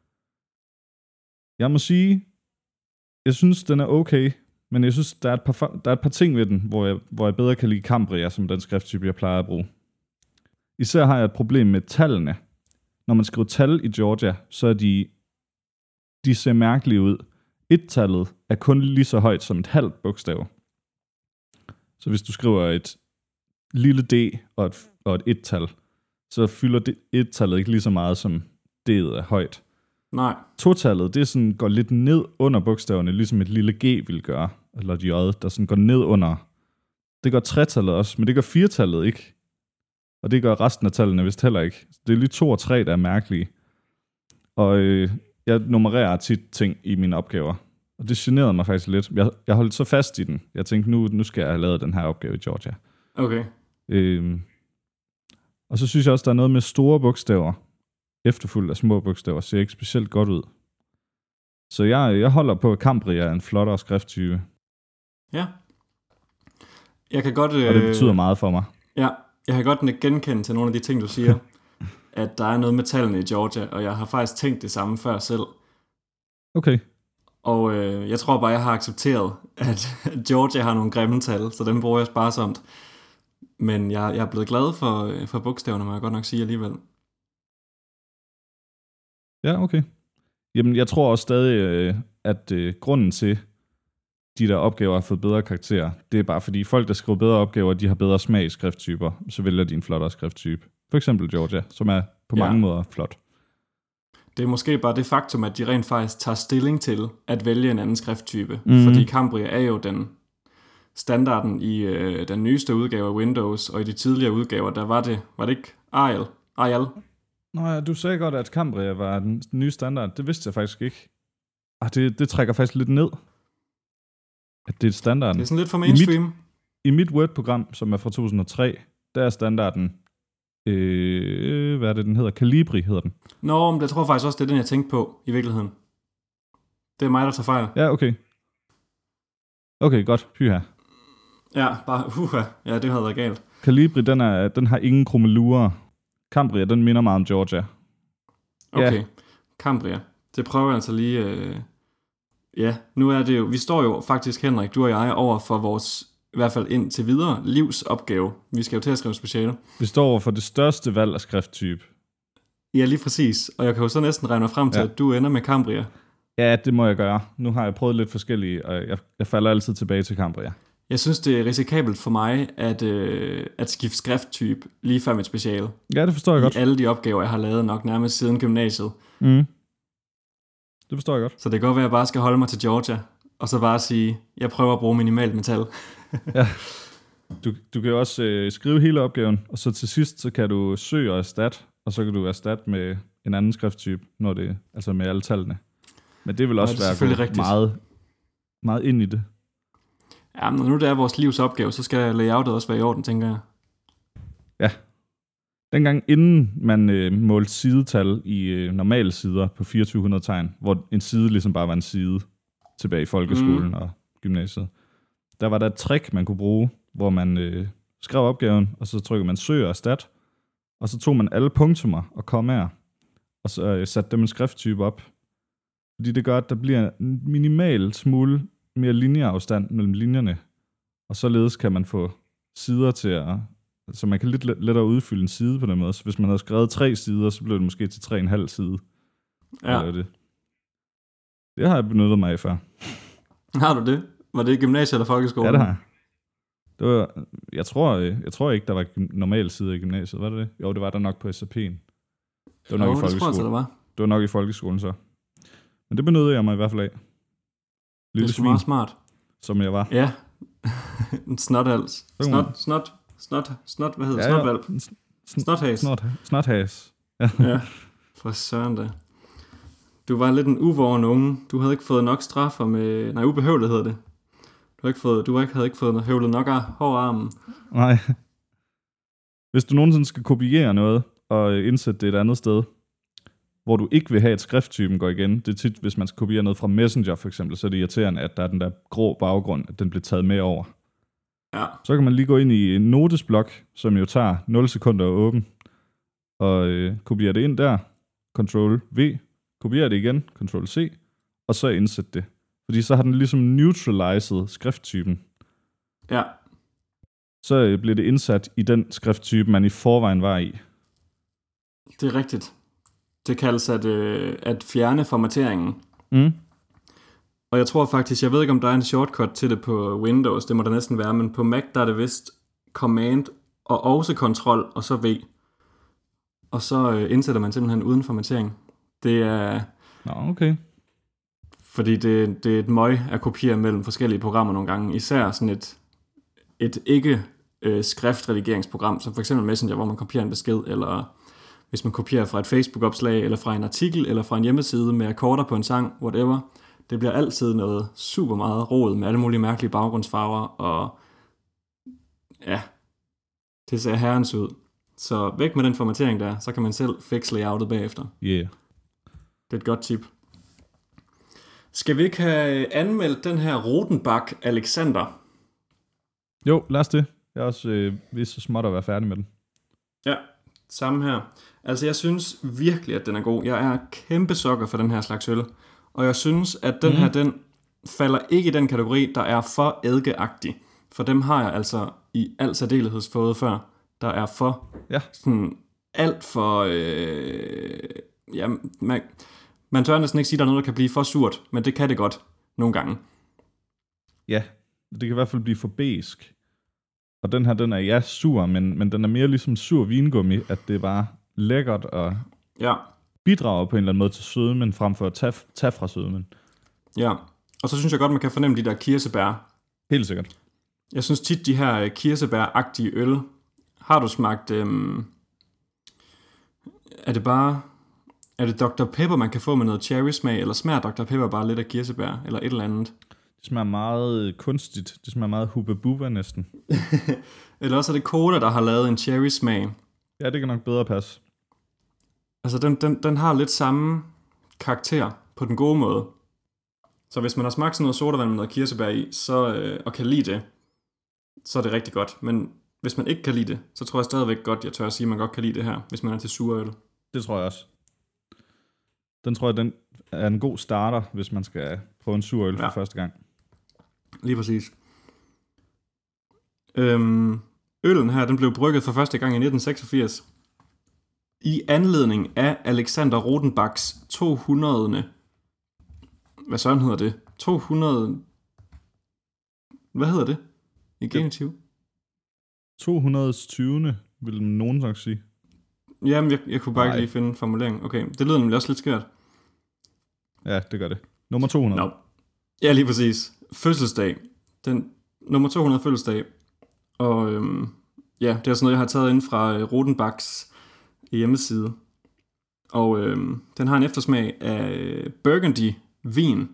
Jeg må sige, jeg synes, den er okay, men jeg synes, der er et par, der er et par ting ved den, hvor jeg, hvor jeg bedre kan lide Cambria, som den skrifttype, jeg plejer at bruge. Især har jeg et problem med tallene. Når man skriver tal i Georgia, så er de, de ser mærkelige ud. Et-tallet er kun lige så højt som et halvt bogstav. Så hvis du skriver et lille d og et, og et et-tal, så fylder det et-tallet ikke lige så meget, som d'et er højt. Nej. To-tallet, det sådan går lidt ned under bogstaverne, ligesom et lille g vil gøre, eller et j, der sådan går ned under. Det gør tre-tallet også, men det gør fire-tallet ikke. Og det gør resten af tallene vist heller ikke. Det er lige to og tre, der er mærkelige. Og øh, jeg nummererer tit ting i mine opgaver. Og det generede mig faktisk lidt. Jeg, jeg holdt så fast i den. Jeg tænkte, nu, nu skal jeg have lavet den her opgave i Georgia. Okay. Øhm, og så synes jeg også, der er noget med store bogstaver. Efterfulgt af små bogstaver ser ikke specielt godt ud. Så jeg, jeg holder på, at Cambria er en flottere skrifttype. Ja. Jeg kan godt... Øh... Og det betyder meget for mig. Ja, jeg kan godt genkende til nogle af de ting, du siger. At der er noget med tallene i Georgia, og jeg har faktisk tænkt det samme før selv. Okay. Og øh, jeg tror bare, jeg har accepteret, at Georgia har nogle grimme tal, så dem bruger jeg sparsomt. Men jeg, jeg er blevet glad for, for bogstaverne, må jeg godt nok sige alligevel. Ja, okay. Jamen, jeg tror også stadig, at øh, grunden til, de der opgaver har fået bedre karakterer, det er bare fordi folk, der skriver bedre opgaver, de har bedre smag i skrifttyper, så vælger de en flottere skrifttype. For eksempel Georgia, som er på mange ja. måder flot. Det er måske bare det faktum, at de rent faktisk tager stilling til at vælge en anden skrifttype. Mm. Fordi Cambria er jo den standarden i øh, den nyeste udgave af Windows, og i de tidligere udgaver, der var det, var det ikke Arial? Arial? Nå ja, du sagde godt, at Cambria var den nye standard. Det vidste jeg faktisk ikke. Ah, det, det trækker faktisk lidt ned. At det er standarden. Det er sådan lidt for mainstream. I mit, i mit Word-program, som er fra to tusind og tre, der er standarden, øh, hvad er det, den hedder? Calibri hedder den. Nå, men jeg tror faktisk også, det er den, jeg tænkte på i virkeligheden. Det er mig, der tager fejl. Ja, okay. Okay, godt. Pyha. Ja, bare uha. Ja, det havde været galt. Calibri, den, er, den har ingen krummelurer. Cambria, den minder meget om Georgia. Okay, ja. Cambria. Det prøver jeg altså lige... Øh... Ja, nu er det jo... Vi står jo faktisk, Henrik, du og jeg, over for vores, i hvert fald indtil videre, livsopgave. Vi skal jo til at skrive speciale. Vi står over for det største valg af skrifttype. Ja, lige præcis. Og jeg kan jo så næsten regne mig frem til, ja. At du ender med Cambria. Ja, det må jeg gøre. Nu har jeg prøvet lidt forskellige, og jeg, jeg falder altid tilbage til Cambria. Jeg synes, det er risikabelt for mig, at, øh, at skifte skrifttype lige før mit speciale. Ja, det forstår jeg I godt. I alle de opgaver, jeg har lavet nok nærmest siden gymnasiet. Mm. Det forstår jeg godt. Så det kan godt være, at jeg bare skal holde mig til Georgia, og så bare sige, jeg prøver at bruge minimalt metal. Ja. Du, du kan jo også øh, skrive hele opgaven, og så til sidst, så kan du søge og erstatte, og så kan du erstatte med en anden skrifttype, når det, altså med alle tallene. Men det vil også ja, det være meget, meget ind i det. Ja, men nu det er vores livs opgave, så skal layoutet også være i orden, tænker jeg. Ja. Dengang inden man øh, målte sidetal i øh, normale sider på fireogtyve hundrede tegn, hvor en side ligesom bare var en side tilbage i folkeskolen mm. og gymnasiet, der var der et trick, man kunne bruge, hvor man øh, skrev opgaven, og så trykker man søg og erstat, og så tog man alle punktummer og kommaer, og så øh, satte dem en skrifttype op. Fordi det gør, at der bliver en minimal smule mere linjeafstand mellem linjerne, og således kan man få sider til at... Så man kan lidt lettere udfylde en side på den måde. Så hvis man havde skrevet tre sider, så blev det måske til tre og en halv side. Ja. Det. det har jeg benyttet mig af før. Har du det? Var det i gymnasiet eller folkeskolen? Ja, det har jeg. Det var, jeg, tror, jeg tror ikke, der var normal side i gymnasiet. Var det det? Jo, det var der nok på S A P'en. Det var nok jo, i folkeskolen. Det tror jeg, så det var. Det var nok i folkeskolen så. Men det benyttede jeg mig i hvert fald af. Lille det er meget smart. Som jeg var. Ja. En snothals. Snot, snot, snot, snot, hvad hedder det? Ja, snotvalp. Snothas. Snot, snothas. Ja. ja. For søren da. Du var lidt en uvåren unge. Du havde ikke fået nok straffer med... Nej, ubehøvlet hedder det. Du havde ikke fået, du havde ikke fået høvlet nok af hård armen. Nej. Hvis du nogensinde skal kopiere noget og indsætte det et andet sted, hvor du ikke vil have, at skrifttypen går igen. Det er tit, hvis man skal kopiere noget fra Messenger for eksempel, så er det irriterende, at der er den der grå baggrund, at den bliver taget med over. Ja. Så kan man lige gå ind i en notesblok, som jo tager nul sekunder at åbne, og øh, kopiere det ind der, Ctrl V, kopiere det igen, Ctrl C, og så indsætte det. Fordi så har den ligesom neutralized skrifttypen. Ja. Så øh, bliver det indsat i den skrifttype, man i forvejen var i. Det er rigtigt. Det kaldes at, øh, at fjerne formateringen. Mm. Og jeg tror faktisk, jeg ved ikke, om der er en shortcut til det på Windows, det må der næsten være, men på Mac, der er det vist Command og også Control, og så V. Og så øh, indsætter man simpelthen uden formatering. Det er... Nå, okay. Fordi det, det er et møg at kopiere mellem forskellige programmer nogle gange. Især sådan et, et ikke øh, skriftredigeringsprogram, som for eksempel Messenger, hvor man kopierer en besked, eller hvis man kopierer fra et Facebook-opslag, eller fra en artikel, eller fra en hjemmeside med akkorder på en sang, whatever. Det bliver altid noget super meget rod med alle mulige mærkelige baggrundsfarver, og ja, det ser herrens ud. Så væk med den formatering der, så kan man selv fixe layoutet bagefter. Yeah. Det er et godt tip. Skal vi ikke have anmeldt den her Rodenbach Alexander? Jo, lad os det. Jeg er også øh, vist så småt at være færdig med den. Ja, samme her. Altså, jeg synes virkelig, at den er god. Jeg er kæmpe sokker for den her slags øl. Og jeg synes, at den mm. her, den falder ikke i den kategori, der er for eddikeagtig. For dem har jeg altså i al særdelighed fået før. Der er for ja. sådan alt for... Øh, ja, man, man tør næsten ikke sige, at der er noget, der kan blive for surt. Men det kan det godt nogle gange. Ja, det kan i hvert fald blive for besk. Og den her, den er ja sur, men, men den er mere ligesom sur vingummi, at det er bare lækkert og ja. bidrager på en eller anden måde til sødmen, frem for at tage, tage fra sødmen. Ja, og så synes jeg godt, man kan fornemme de der kirsebær. Helt sikkert. Jeg synes tit, de her kirsebær-agtige øl, har du smagt, øhm, er det bare, er det doktor Pepper, man kan få med noget cherry-smag, eller smager doktor Pepper bare lidt af kirsebær, eller et eller andet? Det smager meget kunstigt. Det smager meget hubba bubba næsten. Eller også er det Cola, der har lavet en cherry-smag. Ja, det kan nok bedre passe. Altså, den, den, den har lidt samme karakter på den gode måde. Så hvis man har smagt sådan noget sodavand med noget kirsebær i, så, øh, og kan lide det, så er det rigtig godt. Men hvis man ikke kan lide det, så tror jeg stadigvæk godt, jeg tør at sige, at man godt kan lide det her, hvis man er til surøl. Det tror jeg også. Den tror jeg, den er en god starter, hvis man skal prøve en surøl for ja. første gang. Lige præcis. Øhm, øllen her, den blev brygget for første gang i nitten seksogfirs. I anledning af Alexander Rodenbachs to hundrede... Hvad sådan hedder det? to hundrede... Hvad hedder det? I genitiv? to hundrede tyve. vil nogen nok sige. Jamen, jeg, jeg kunne bare Nej. ikke lige finde formuleringen. Okay, det lyder nemlig også lidt skørt. Ja, det gør det. Nummer to hundrede. No. Ja, lige præcis. Fødselsdag. Den nummer to hundrede fødselsdag. Og øhm, ja, det er sådan noget, jeg har taget ind fra øh, Rodenbachs hjemmeside. Og øhm, den har en eftersmag af øh, Burgundy-vin.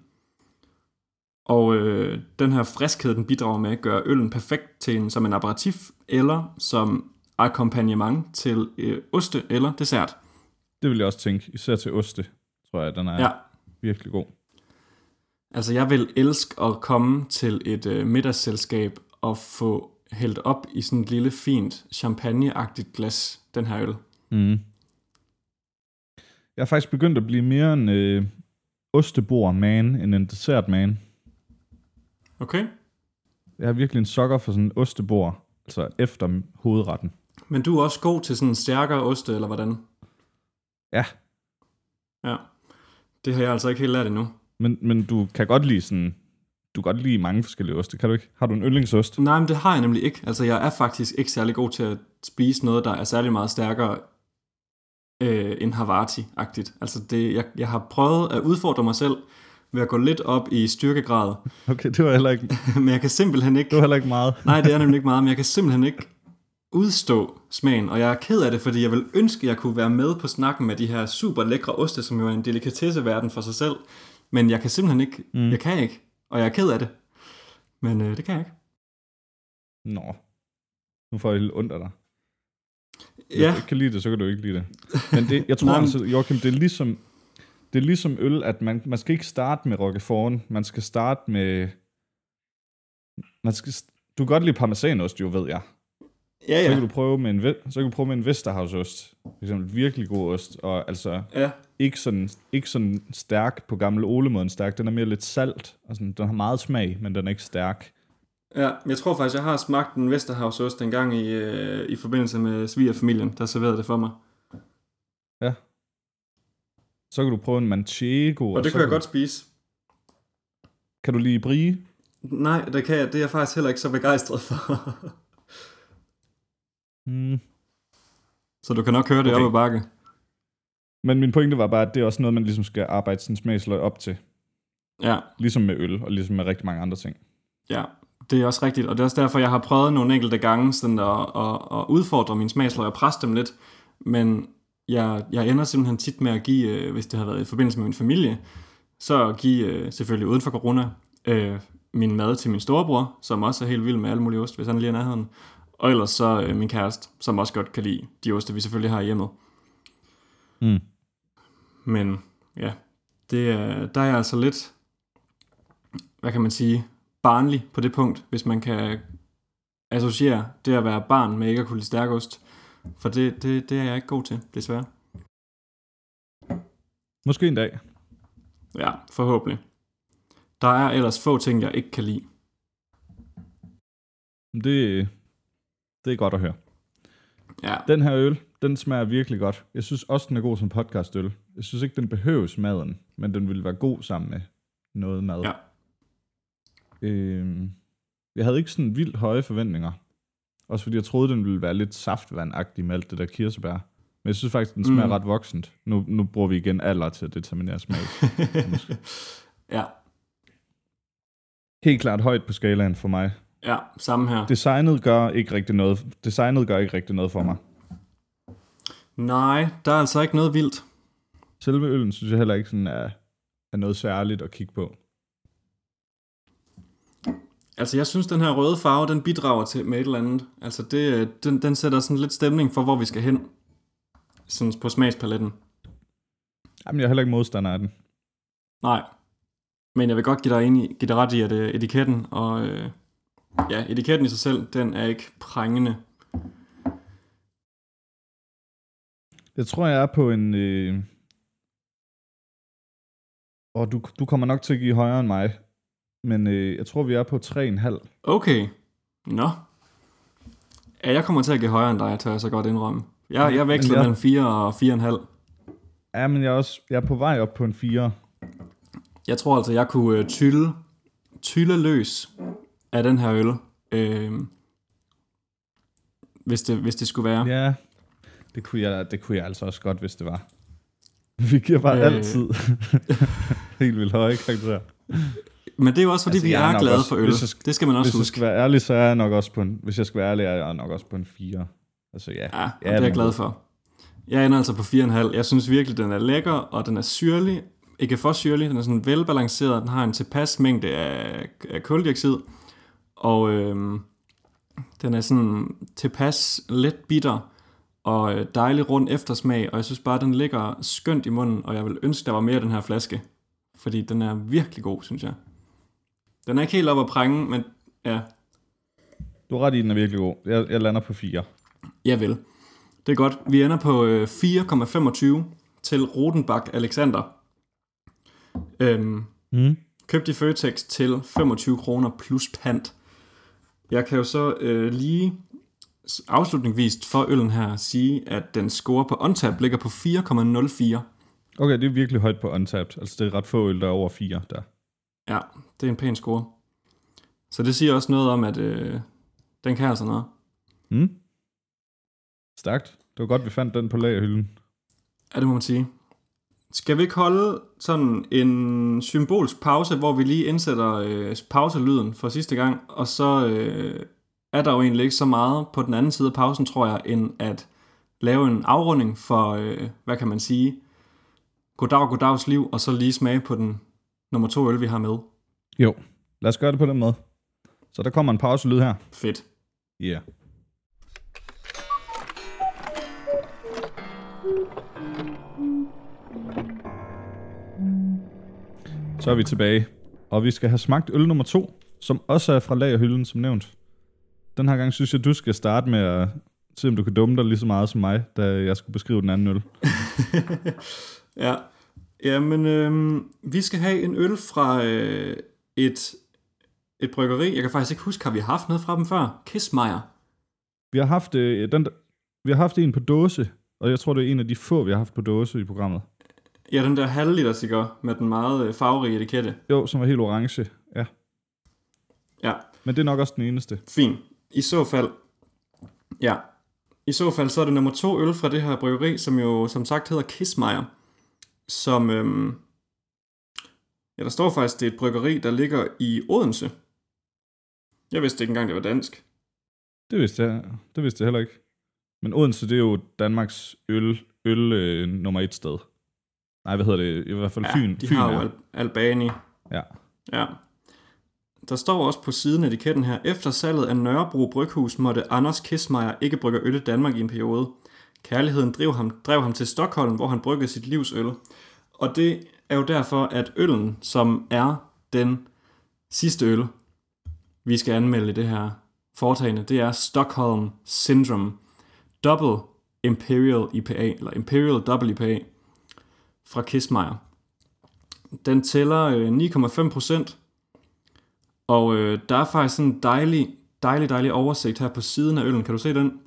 Og øh, den her friskhed, den bidrager med at gøre øllen perfekt til en, som en aperitif eller som akkompagnement til øh, oste eller dessert. Det vil jeg også tænke, især til oste, tror jeg, den er Ja. virkelig god. Altså, jeg vil elske at komme til et øh, middagsselskab og få hældt op i sådan et lille, fint, champagneagtigt glas, den her øl. Mm. Jeg er faktisk begyndt at blive mere en øh, ostebord-man end en dessert-man. Okay. Jeg er virkelig en sokker for sådan en ostebord, altså efter hovedretten. Men du er også god til sådan en stærkere oste, eller hvordan? Ja. Ja. Det har jeg altså ikke helt lært endnu. Men, men du kan godt lide sådan, du kan godt lide mange forskellige oste, kan du ikke? Har du en yndlingsost? Nej, men det har jeg nemlig ikke. Altså, jeg er faktisk ikke særlig god til at spise noget, der er særlig meget stærkere øh, end Havarti-agtigt. Altså, det, jeg, jeg har prøvet at udfordre mig selv ved at gå lidt op i styrkegrad. Okay, det var heller ikke, Men jeg kan simpelthen ikke... det var heller ikke meget. Nej, det er nemlig ikke meget, men jeg kan simpelthen ikke udstå smagen, og jeg er ked af det, fordi jeg vil ønske, at jeg kunne være med på snakken med de her super lækre oste, som jo er en delikatesseverden for sig selv, men jeg kan simpelthen ikke, mm. jeg kan ikke, og jeg er ked af det, men øh, det kan jeg ikke. Nå, nu får jeg helt ondt af dig. Hvis Ja. du ikke kan lide det, så kan du ikke lide det. Men det, jeg tror Nej, men- altså, Joachim, det er ligesom, det er ligesom øl, at man, man skal ikke starte med Roquefort, man skal starte med, man skal, du kan godt lide parmesanost, jo, ved jeg. Ja, Så ja. kan du prøve med en, ve- så kan du prøve med en Vesterhavsost. For eksempel virkelig god ost. Og altså Ja. ikke sådan, ikke sådan stærk på gamle Ole-måden stærk. Den er mere lidt salt. Og sådan, den har meget smag, men den er ikke stærk. Ja, jeg tror faktisk, jeg har smagt en Vesterhavsost en gang i, øh, i forbindelse med svigerfamilien, der serverede det for mig. Ja. Så kan du prøve en Manchego. Og det så kan jeg kan, godt spise. Kan du lide brie? Nej, det kan jeg, det er jeg faktisk heller ikke så begejstret for. Hmm. Så du kan nok høre det Okay. op ad bakke. Men min pointe var bare, at det er også noget, man ligesom skal arbejde sin smagsløg op til. Ja. Ligesom med øl, og ligesom med rigtig mange andre ting. Ja, det er også rigtigt, og det er også derfor, jeg har prøvet nogle enkelte gange sådan at, at, at udfordre mine smagsløg og presse dem lidt, men jeg, jeg ender simpelthen tit med at give, øh, hvis det har været i forbindelse med min familie, så give, øh, selvfølgelig uden for corona, øh, min mad til min storebror, som også er helt vild med alle mulige ost, hvis han lige er nærheden, og ellers så øh, min kæreste, som også godt kan lide de oste, vi selvfølgelig har i hjemmet. Mm. Men ja, det er, der er jeg altså lidt, hvad kan man sige, barnlig på det punkt, hvis man kan associere det at være barn med ikke at kunne lide stærkost. For det, det, det er jeg ikke god til, desværre. Måske en dag. Ja, forhåbentlig. Der er ellers få ting, jeg ikke kan lide. Det, det er godt at høre. Ja, Den her øl, den smager virkelig godt. Jeg synes også, den er god som podcastøl. Jeg synes ikke, den behøves maden, men den ville være god sammen med noget mad. Ja. Øhm, jeg havde ikke sådan vildt høje forventninger. Også fordi jeg troede, den ville være lidt saftvandagtig med alt det der kirsebær. Men jeg synes faktisk, den smager Mm. mm. ret voksent. Nu, nu bruger vi igen alder til at determinere smag. ja, Helt klart højt på skalaen for mig. ja, samme her. Designet gør ikke rigtig noget. Designet gør ikke rigtig noget for mig. Nej, der er altså ikke noget vildt. Selve øllen synes jeg heller ikke sådan er, er noget særligt at kigge på. Altså, jeg synes, den her røde farve, den bidrager til med et eller andet. Altså, det, den, den sætter sådan lidt stemning for, hvor vi skal hen. Sådan på smagspaletten. Jamen, jeg er heller ikke modstander af den. Nej. Men jeg vil godt give dig, ind i, give dig ret i, at uh, etiketten og... Uh, ja, etiketten i sig selv, den er ikke prangende. Jeg tror, jeg er på en... Øh... Og du, du kommer nok til at give højere end mig. Men øh, jeg tror, vi er på tre komma fem. Okay. Nå. Ja, jeg kommer til at give højere end dig, tør jeg så godt indrømme. Jeg, jeg veksler jeg- mellem fire og fire komma fem. Ja, men jeg er, også, jeg er på vej op på en fire. Jeg tror altså, jeg kunne uh, tylle, tylle løs af den her øl. Øh, hvis, det, hvis det skulle være. Ja, det kunne, jeg, det kunne jeg altså også godt, hvis det var. Vi giver bare Øh. øh... altid helt vildt høje karakterer. Men det er jo også, fordi altså, vi er, er glade også, for øl. Jeg, det skal man også hvis huske. Hvis jeg skal være ærlig, så er jeg nok også på en, hvis jeg skal være ærlig, er jeg nok også på en fire. Altså ja. Ja, ja det er jeg glad for. Jeg ender altså på fire komma fem. Jeg synes virkelig, den er lækker, og den er syrlig. Ikke for syrlig, den er sådan velbalanceret. Den har en tilpas mængde af, af kuldioxid. Og øhm, den er sådan tilpas let bitter og dejlig rund eftersmag. Og jeg synes bare, den ligger skønt i munden, og jeg vil ønske, der var mere af den her flaske. Fordi den er virkelig god, synes jeg. Den er ikke helt op at prænge, men ja. Du er ret i, den er virkelig god. Jeg, jeg lander på fire. Jeg vil. Det er godt. Vi ender på øh, fire komma femogtyve til Rodenbach Alexander. Øhm, mm. Købt i Føtex til femogtyve kroner plus pant. Jeg kan jo så øh, lige afslutningsvis for øllen her sige, at den score på Untappd ligger på fire komma nul fire. Okay, det er virkelig højt på Untappd. Altså det er ret få øl, der er over fire der. Ja, det er en pæn score. Så det siger også noget om, at øh, den kan altså noget. Mm. Stærkt. Det var godt, vi fandt den på lagerhylden. Ja, det må man sige. Skal vi ikke holde sådan en symbolsk pause, hvor vi lige indsætter øh, pauselyden for sidste gang, og så øh, er der jo egentlig ikke så meget på den anden side af pausen, tror jeg, end at lave en afrunding for, øh, hvad kan man sige, goddag, goddags liv, og så lige smage på den nummer to øl, vi har med. Jo, lad os gøre det på den måde. Så der kommer en pauselyd her. Fedt. Ja. Yeah. Så er vi tilbage, og vi skal have smagt øl nummer to, som også er fra lagerhylden, som nævnt. Den her gang synes jeg, du skal starte med at se, om du kan dumme dig lige så meget som mig, da jeg skulle beskrive den anden øl. Ja, jamen øh, vi skal have en øl fra øh, et, et bryggeri. Jeg kan faktisk ikke huske, har vi haft noget fra dem før? Kissmeyer. Vi har haft, øh, den, vi har haft en på dåse, og jeg tror, det er en af de få, vi har haft på dåse i programmet. Ja, den der halvliter cigar med den meget farverige etikette. Jo, som var helt orange, ja. Ja. Men det er nok også den eneste. Fint. I så fald, ja. I så fald så er det nummer to øl fra det her bryggeri, som jo som sagt hedder Kissmeyer. Som, øhm, ja, der står faktisk, det er et bryggeri, der ligger i Odense. Jeg vidste ikke engang, det var dansk. Det vidste jeg, det vidste jeg heller ikke. Men Odense, det er jo Danmarks øl, øl øh, nummer et sted. Nej, hvad hedder det? I hvert fald ja, Fyn. de Fyn har er. jo Al- Albani. Ja. Ja. Der står også på siden af etiketten her, efter salget af Nørrebro Bryghus måtte Anders Kissmeyer ikke brygge øl i Danmark i en periode. Kærligheden drev ham, drev ham til Stockholm, hvor han bryggede sit livs øl. Og det er jo derfor, at øllen, som er den sidste øl, vi skal anmelde i det her foretagende, det er Stockholm Syndrome Double Imperial I P A, eller Imperial Double I P A fra Kissmeyer. Den tæller øh, ni komma fem procent, og øh, der er faktisk sådan en dejlig, dejlig, dejlig oversigt her på siden af øllen. Kan du se den?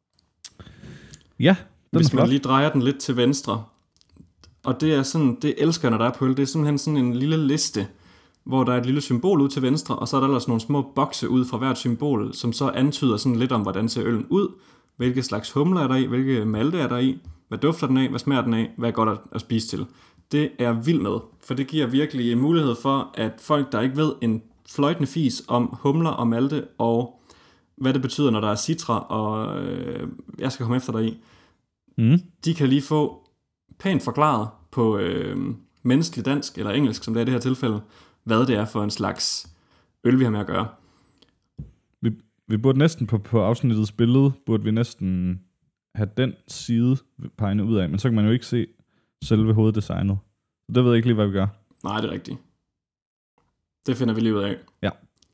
Ja, den Hvis er man flot. lige drejer den lidt til venstre. Og det er sådan, det elsker, når der er på øl. Det er simpelthen sådan en lille liste, hvor der er et lille symbol ud til venstre, og så er der ellers nogle små bokse ud fra hvert symbol, som så antyder sådan lidt om, hvordan ser øllen ud, hvilke slags humler er der i, hvilke malte er der i, hvad dufter den af, hvad smager den af, hvad er godt at, at spise til. Det er vild med, for det giver virkelig en mulighed for, at folk, der ikke ved en fløjtende fis om humler og malte, og hvad det betyder, når der er citra, og øh, jeg skal komme efter dig i, mm. de kan lige få pænt forklaret på øh, menneskelig dansk, eller engelsk, som det er i det her tilfælde, hvad det er for en slags øl, vi har med at gøre. Vi, vi burde næsten på, på afsnittets billede, burde vi næsten have den side pegnet ud af, men så kan man jo ikke se selve hoveddesignet. Så det ved jeg ikke lige, hvad vi gør. Nej, det er rigtigt. Det finder vi lige ud af. Ja.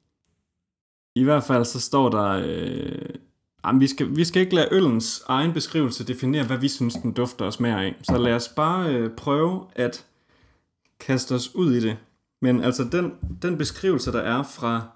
I hvert fald så står der, øh, jamen, vi, skal, vi skal ikke lade øllens egen beskrivelse definere, hvad vi synes, den dufter og smager af. Så lad os bare øh, prøve at kaste os ud i det. Men altså den, den beskrivelse, der er fra,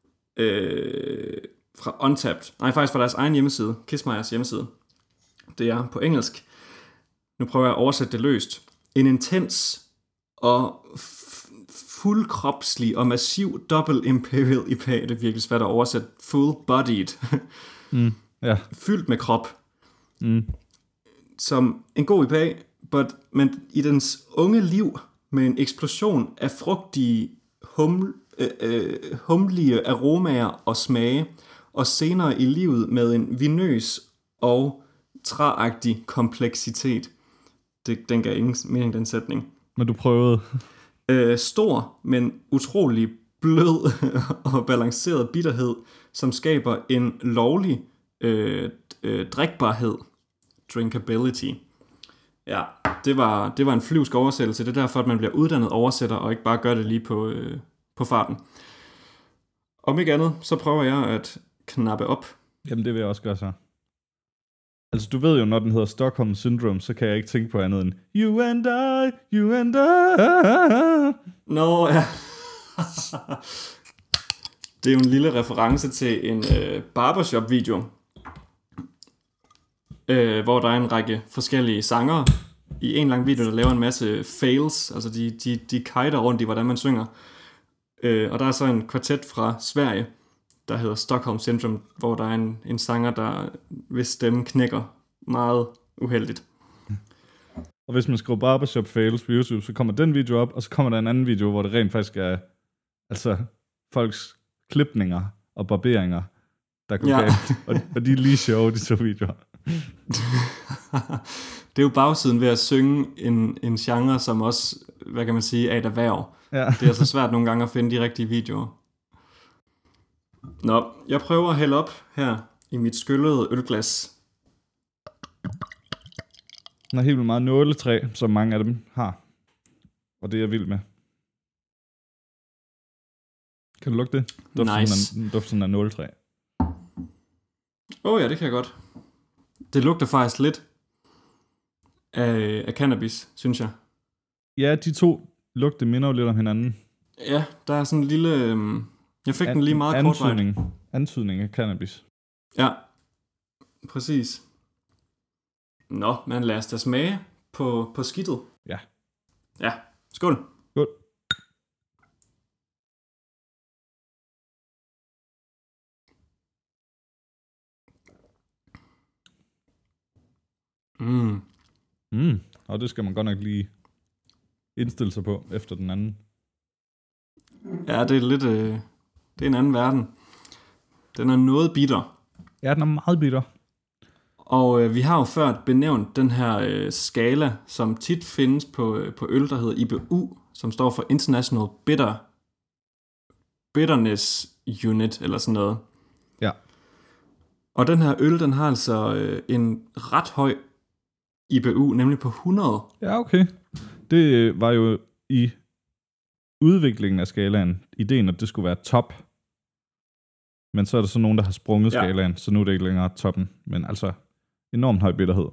øh, fra Untappd, nej faktisk fra deres egen hjemmeside, Kissmeyers hjemmeside, det er på engelsk. Nu prøver jeg at oversætte det løst. En intens og f- fuldkropslig og massiv double imperial I P A. Det er virkelig svært at oversætte. Full-bodied. Mm, ja. Fyldt med krop. Mm. Som en god I P A, but, men i dens unge liv med en eksplosion af frugtige hum, øh, øh, humlige aromaer og smage, og senere i livet med en vinøs og træagtig kompleksitet. Det, den gav ingen mening, den sætning. Men du prøvede. Øh, stor, men utrolig blød og balanceret bitterhed, som skaber en lovlig øh, øh, drikbarhed. Drinkability. Ja, det var, det var en flyvsk oversættelse. Det er derfor, at man bliver uddannet oversætter, og ikke bare gør det lige på, øh, på farten. Om ikke andet, så prøver jeg at knappe op. Jamen, det vil jeg også gøre så. Altså, du ved jo, når den hedder Stockholm Syndrome, så kan jeg ikke tænke på andet end You and I, you and I. Nå, ja. Det er jo en lille reference til en øh, barbershop-video, øh, hvor der er en række forskellige sangere i en lang video, der laver en masse fails. Altså, de, de, de kajter rundt i, hvordan man synger. Øh, og der er så en kvartet fra Sverige, der hedder Stockholm Syndrome, hvor der er en, en sanger, der hvis stemme knækker meget uheldigt. Og hvis man skriver barbershop fails på YouTube, så kommer den video op, og så kommer der en anden video, hvor det rent faktisk er altså folks klipninger og barberinger, der går ja. galt. Og, og de er lige sjove, de to videoer. Det er jo bagsiden ved at synge en, en genre, som også, hvad kan man sige, er et erhverv. Ja. Det er altså svært nogle gange at finde de rigtige videoer. Nå, jeg prøver at hælde op her i mit skyllede ølglas. Den er helt vildt meget nåletræ, som mange af dem har. Og det er jeg vild med. Kan du lugte det? Duften Nice. af, duften af nåletræ. Åh oh ja, det kan jeg godt. Det lugter faktisk lidt af, af cannabis, synes jeg. Ja, de to lugte minder jo lidt om hinanden. Ja, der er sådan en lille... Øhm, jeg fik An- den lige meget antydning, kort antydning af cannabis. Ja, præcis. Nå, men lad os da smage på, på skidtet. Ja. Ja, skål. Skål. Mm. Mm, og det skal man godt nok lige indstille sig på efter den anden. Ja, det er lidt... Øh, det er en anden verden. Den er noget bitter. Ja, den er meget bitter. Og øh, vi har jo før benævnt den her øh, skala, som tit findes på, øh, på øl, der hedder I B U, som står for International Bitter Bitterness Unit, eller sådan noget. Ja. Og den her øl, den har altså øh, en ret høj I B U, nemlig på hundrede. Ja, okay. Det øh, var jo i udviklingen af skalaen, ideen, at det skulle være top. Men så er der så nogen, der har sprunget Ja. skalaen, så nu er det ikke længere toppen. Men altså, enormt høj bitterhed.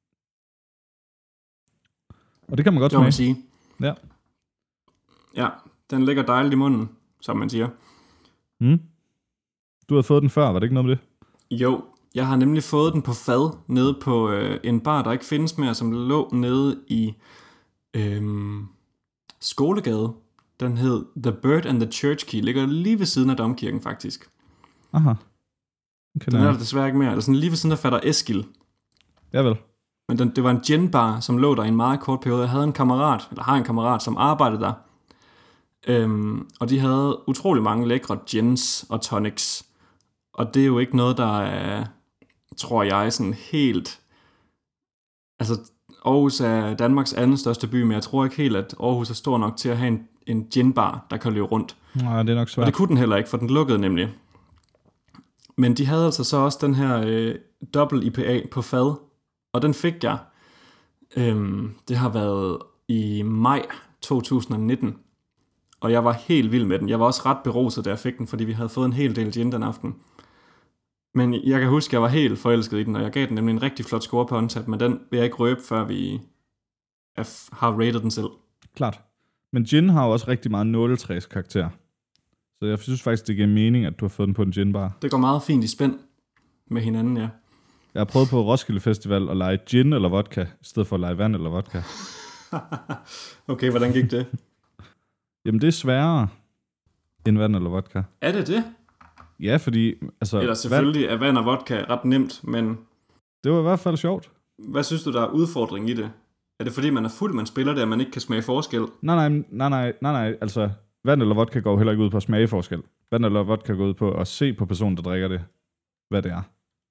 Og det kan man godt Det må man smage. sige. Ja. Ja, den ligger dejligt i munden, som man siger. Mm. Du havde fået den før, var det ikke noget med det? Jo, jeg har nemlig fået den på fad, nede på øh, en bar, der ikke findes mere, som lå nede i øh, Skolegade. Den hed The Bird and the Church Key, ligger lige ved siden af Domkirken faktisk. Aha. Okay, Den er der desværre ikke mere, eller sådan lige ved siden af Fatter Eskil. Ja vel. Men den, det var en gin-bar, som lå der i en meget kort periode. Jeg havde en kammerat, eller har en kammerat, som arbejdede der. Øhm, og de havde utrolig mange lækre gins og tonics. Og det er jo ikke noget, der er, tror jeg, sådan helt... Altså, Aarhus er Danmarks anden største by, men jeg tror ikke helt, at Aarhus er stor nok til at have en, en gin-bar, der kan løbe rundt. Nej, det er nok svært. Og det kunne den heller ikke, for den lukkede nemlig. Men de havde altså så også den her øh, dobbelt I P A på fad, og den fik jeg. Øhm, det har været i maj to tusind nitten, og jeg var helt vild med den. Jeg var også ret beruset, da jeg fik den, fordi vi havde fået en hel del gin den aften. Men jeg kan huske, at jeg var helt forelsket i den, og jeg gav den nemlig en rigtig flot score på Untappd, men den vil jeg ikke røbe, før vi er, har rated den selv. Klart. Men gin har jo også rigtig meget nåletræs karakter. Så jeg synes faktisk, det giver mening, at du har fået den på en ginbar. Det går meget fint i spænd med hinanden, ja. Jeg har prøvet på Roskilde Festival at lege gin eller vodka, i stedet for at lege vand eller vodka. Okay, hvordan gik det? Jamen, det er sværere end vand eller vodka. Er det det? Ja, fordi... Altså, Eller selvfølgelig er vand og vodka ret nemt, men... Det var i hvert fald sjovt. Hvad synes du, der er udfordring i det? Er det fordi, man er fuld, man spiller det, og man ikke kan smage forskel? Nej, nej, nej, nej, nej, nej. Altså, vand eller vodka går heller ikke ud på at smage forskel. Vand eller vodka går ud på at se på personen, der drikker det, hvad det er.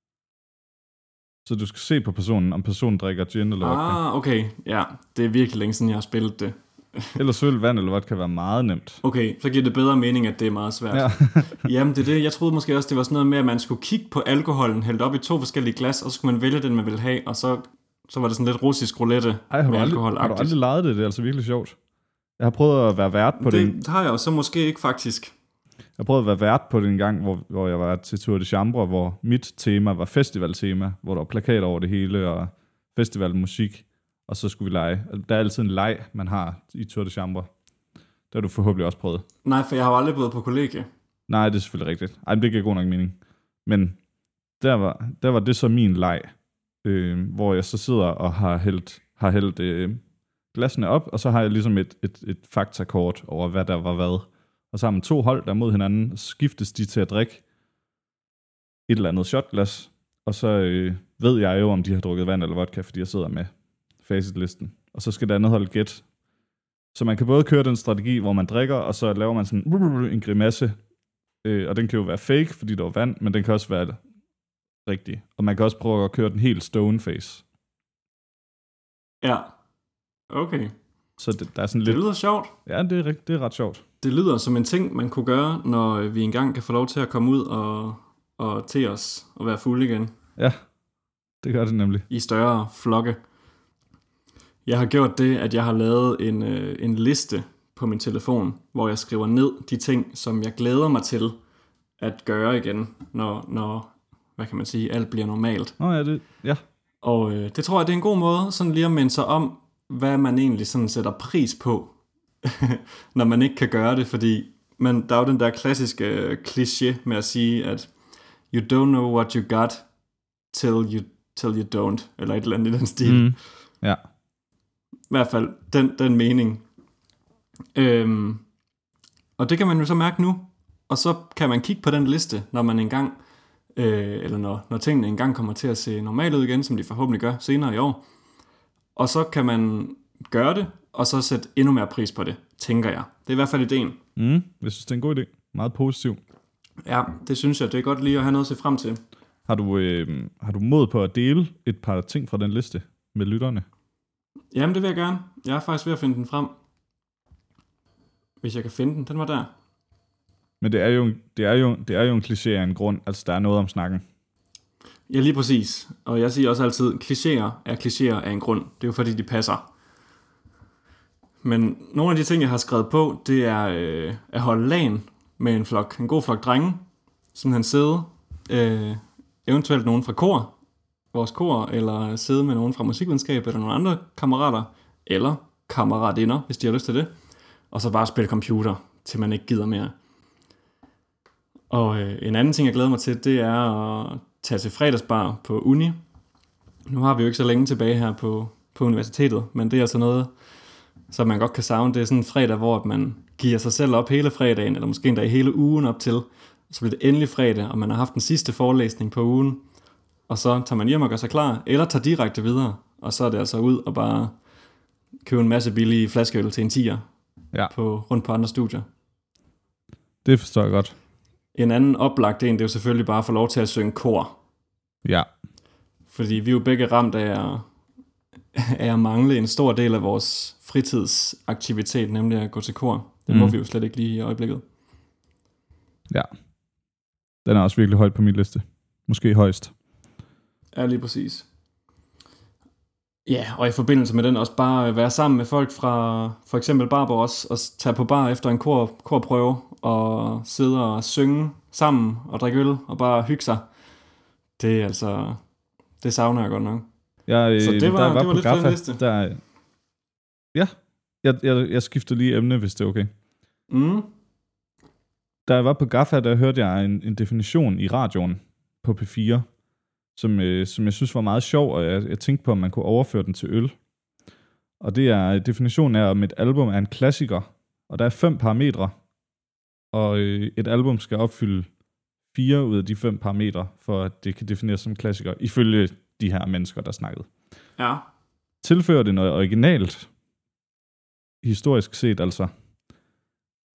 Så du skal se på personen, om personen drikker gin eller vodka. Ah, okay. Ja, det er virkelig længe siden, jeg har spillet det. Ellers vil vand eller vodka være meget nemt. Okay, så giver det bedre mening, at det er meget svært. Ja. Jamen, det er det. Jeg troede måske også, det var sådan noget med, at man skulle kigge på alkoholen, hælde op i to forskellige glas, og så skulle man vælge den, man ville have, og så, så var det sådan lidt russisk roulette. Ej, har, du aldrig, har du aldrig leget det? Det er altså virkelig sjovt. Jeg har prøvet at være vært på det. Det har jeg jo så måske ikke, faktisk. Jeg har prøvet at være vært på det en gang, hvor, hvor jeg var til Tour de Chambre, hvor mit tema var festivaltema, hvor der var plakater over det hele, og festivalmusik, og så skulle vi lege. Der er altid en leg, man har i Tour de Chambre. Det har du forhåbentlig også prøvet. Nej, for jeg har jo aldrig boet på kollegie. Nej, det er selvfølgelig rigtigt. Ej, det giver god nok mening. Men der var, der var det så min leg, øh, hvor jeg så sidder og har hældt, har hældt øh, glasene op, og så har jeg ligesom et, et, et faktakort over, hvad der var hvad. Og sammen to hold, der mod hinanden, skiftes de til at drikke et eller andet shotglas, og så øh, ved jeg jo, om de har drukket vand eller vodka, fordi jeg sidder med facitlisten. Og så skal det andet hold gætte. Så man kan både køre den strategi, hvor man drikker, og så laver man sådan en grimasse, øh, og den kan jo være fake, fordi der er vand, men den kan også være rigtig. Og man kan også prøve at køre den helt stone face. Ja, okay. Så det, der er sådan det lidt... lyder sjovt. Ja, det er, det er ret sjovt. Det lyder som en ting, man kunne gøre, når vi engang kan få lov til at komme ud og, og til os og være fulde igen. Ja, det gør det nemlig. I større flokke. Jeg har gjort det, at jeg har lavet en, øh, en liste på min telefon, hvor jeg skriver ned de ting, som jeg glæder mig til at gøre igen, når, når hvad kan man sige, alt bliver normalt. Nå ja, det, ja. Og øh, det tror jeg, det er en god måde, sådan lige at minde sig om, hvad man egentlig sådan sætter pris på, når man ikke kan gøre det, fordi man, der er jo den der klassiske øh, kliché med at sige, at you don't know what you got till you, till you don't, eller et eller andet i den stil. Mm. Ja. I hvert fald den, den mening. Øhm, og det kan man jo så mærke nu, og så kan man kigge på den liste, når man engang, øh, eller når, når tingene engang kommer til at se normalt ud igen, som de forhåbentlig gør senere i år. Og så kan man gøre det, og så sætte endnu mere pris på det, tænker jeg. Det er i hvert fald ideen. Mm, jeg synes, det er en god idé. Meget positiv. Ja, det synes jeg. Det er godt lige at have noget at se frem til. Har du, øh, har du mod på at dele et par ting fra den liste med lytterne? Jamen, det vil jeg gerne. Jeg er faktisk ved at finde den frem. Hvis jeg kan finde den. Den var der. Men det er jo, det er jo, det er jo en kliché af en grund. Altså, der er noget om snakken. Ja, lige præcis. Og jeg siger også altid, klichéer er klichéer af en grund. Det er jo fordi, de passer. Men nogle af de ting, jeg har skrevet på, det er øh, at holde lagen med en flok, en god flok drenge, som han sidder, øh, eventuelt nogen fra kor, vores kor, eller sidde med nogen fra musikvidenskab, eller nogle andre kammerater, eller kammeratinder, hvis de har lyst til det, og så bare spille computer, til man ikke gider mere. Og øh, en anden ting, jeg glæder mig til, det er at tage til fredagsbar på uni. Nu har vi jo ikke så længe tilbage her på, på universitetet, men det er altså noget, som man godt kan savne. Det er sådan en fredag, hvor man giver sig selv op hele fredagen, eller måske endda hele ugen op til. Så bliver det endelig fredag, og man har haft den sidste forelæsning på ugen, og så tager man hjem og gør sig klar, eller tager direkte videre, og så er det altså ud og bare købe en masse billige flaskeøl til en tier, ja. på, rundt på andre studier. Det forstår jeg godt. En anden oplagt en, det er jo selvfølgelig bare at få lov til at synge kor. Ja. Fordi vi er jo begge ramt af at, af at mangle en stor del af vores fritidsaktivitet, nemlig at gå til kor. Det må mm. vi jo slet ikke lige i øjeblikket. Ja. Den er også virkelig højt på min liste. Måske højst. Ja, lige præcis. Ja, og i forbindelse med den også bare være sammen med folk fra for eksempel Barbaros, og tage på bar efter en kor, korprøve, og sidde og synge sammen og drikke øl, og bare hygge sig. Det er altså, det savner jeg godt nok. Ja, øh, så det var, der var, det var på lidt Gaffa, for en liste. Der, ja, jeg, jeg, jeg skifter lige emne, hvis det er okay. Mm. Da jeg var på Gaffa, der hørte jeg en, en definition i radioen på P fire, som, øh, som jeg synes var meget sjov, og jeg, jeg tænkte på, om man kunne overføre den til øl. Og det er, definitionen er, om et album er en klassiker, og der er fem parametre, og øh, et album skal opfylde fire ud af de fem parametre, for at det kan defineres som klassiker, ifølge de her mennesker, der snakkede. Ja. Tilfører det noget originalt, historisk set altså,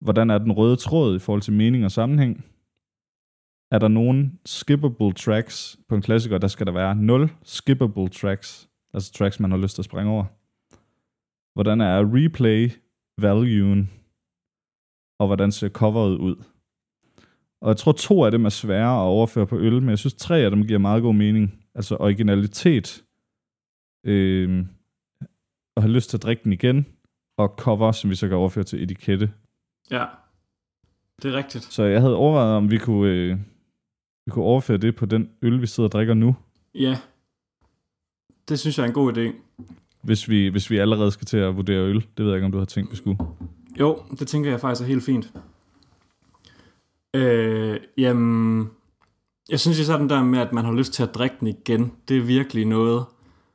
Hvordan er den røde tråd i forhold til mening og sammenhæng? Er der nogen skippable tracks på en klassiker? Der skal der være nul skippable tracks. Altså tracks, man har lyst til at springe over. Hvordan er replay valuen? Og hvordan ser coveret ud? Og jeg tror, to af dem er svære at overføre på øl, men jeg synes, tre af dem giver meget god mening. Altså originalitet, øh, at have lyst til at drikke den igen, og cover, som vi så kan overføre til etikette. Ja, det er rigtigt. Så jeg havde overvejet, om vi kunne, øh, vi kunne overføre det på den øl, vi sidder og drikker nu. Ja, det synes jeg er en god idé. Hvis vi, hvis vi allerede skal til at vurdere øl. Det ved jeg ikke, om du har tænkt, vi skulle. Jo, det tænker jeg faktisk er helt fint. Øh, jamen, jeg synes især den der med, at man har lyst til at drikke den igen, det er virkelig noget,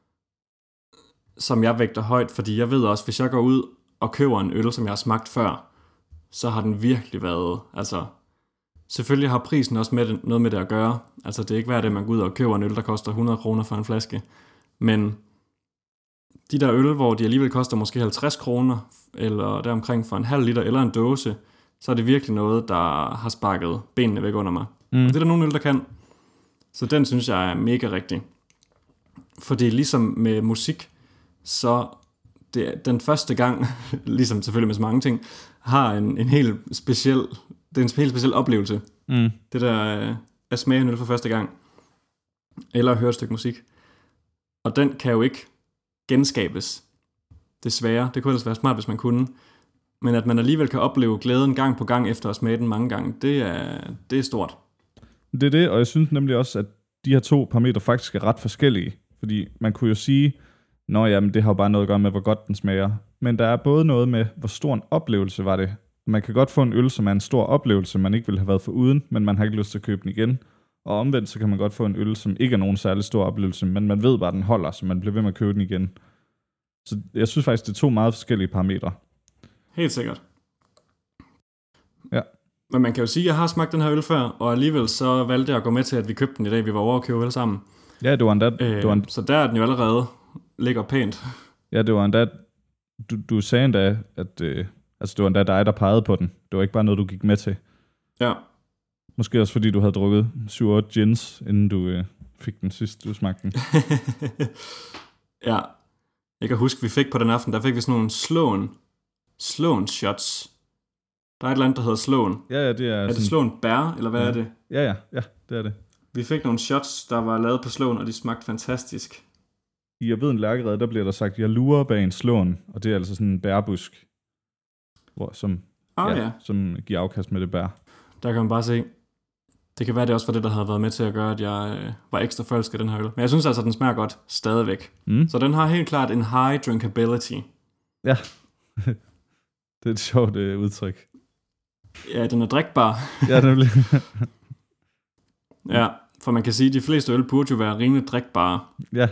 som jeg vægter højt, fordi jeg ved også, hvis jeg går ud og køber en øl, som jeg har smagt før, så har den virkelig været, altså, selvfølgelig har prisen også med det, noget med det at gøre. Altså, det er ikke værd, at man går ud og køber en øl, der koster hundrede kroner for en flaske. Men de der øl, hvor de alligevel koster måske halvtreds kroner, eller deromkring for en halv liter, eller en dåse, så er det virkelig noget, der har sparket benene væk under mig. Mm. Og det er der nogle øl, der kan. Så den synes jeg er mega rigtig. Fordi ligesom med musik, så det er den første gang, ligesom selvfølgelig med så mange ting, har en, en helt speciel, det er en helt speciel oplevelse. Mm. Det der at smage en øl for første gang, eller at høre et stykke musik. Og den kan jo ikke genskabes. Desværre. Det kunne ellers være smart, hvis man kunne. Men at man alligevel kan opleve glæden gang på gang efter at smage den mange gange, det er, det er stort. Det er det, og jeg synes nemlig også, at de her to parametre faktisk er ret forskellige. Fordi man kunne jo sige, nå jamen, det har jo bare noget at gøre med, hvor godt den smager. Men der er både noget med, hvor stor en oplevelse var det. Man kan godt få en øl, som er en stor oplevelse, man ikke ville have været foruden, men man har ikke lyst til at købe den igen. Og omvendt, så kan man godt få en øl, som ikke er nogen særlig stor oplevelse, men man ved bare, den holder, så man bliver ved med at købe den igen. Så jeg synes faktisk, det er to meget forskellige parametre. Helt sikkert. Ja. Men man kan jo sige, at jeg har smagt den her øl før, og alligevel så valgte jeg at gå med til, at vi købte den i dag. Vi var over og købe øl sammen. Ja, det var endda... Øh, det var en... Så der er den jo allerede ligger pænt. Ja, det var endda... Du, du sagde endda, at øh, altså, det var endda dig, der pegede på den. Det var ikke bare noget, du gik med til. Ja. Måske også fordi, du havde drukket syv otte gins, inden du øh, fik den sidste, du smagte den. Ja. Jeg kan huske, vi fik på den aften, der fik vi sådan nogle Sloan, Sloan shots. Der er et eller andet, der hedder Sloan. Ja, ja, det er... Er sådan... det Sloan bær, eller hvad ja. er det? Ja, ja, ja, det er det. Vi fik nogle shots, der var lavet på Sloan, og de smagte fantastisk. I Jeg ved en lærkerede, der bliver der sagt, jeg lurer bag en Sloan, og det er altså sådan en bærbusk, hvor, som, oh, ja, ja. som giver afkast med det bær. Der kan man bare se, det kan være, det også var det, der havde været med til at gøre, at jeg øh, var ekstra forelsket i den her øl. Men jeg synes altså, at den smager godt stadigvæk. Mm. Så den har helt klart en high drinkability. Ja, det er et sjovt øh, udtryk. Ja, den er drikbar. Ja, det er Ja, for man kan sige, at de fleste øl burde jo være rimelig drikbare. Ja,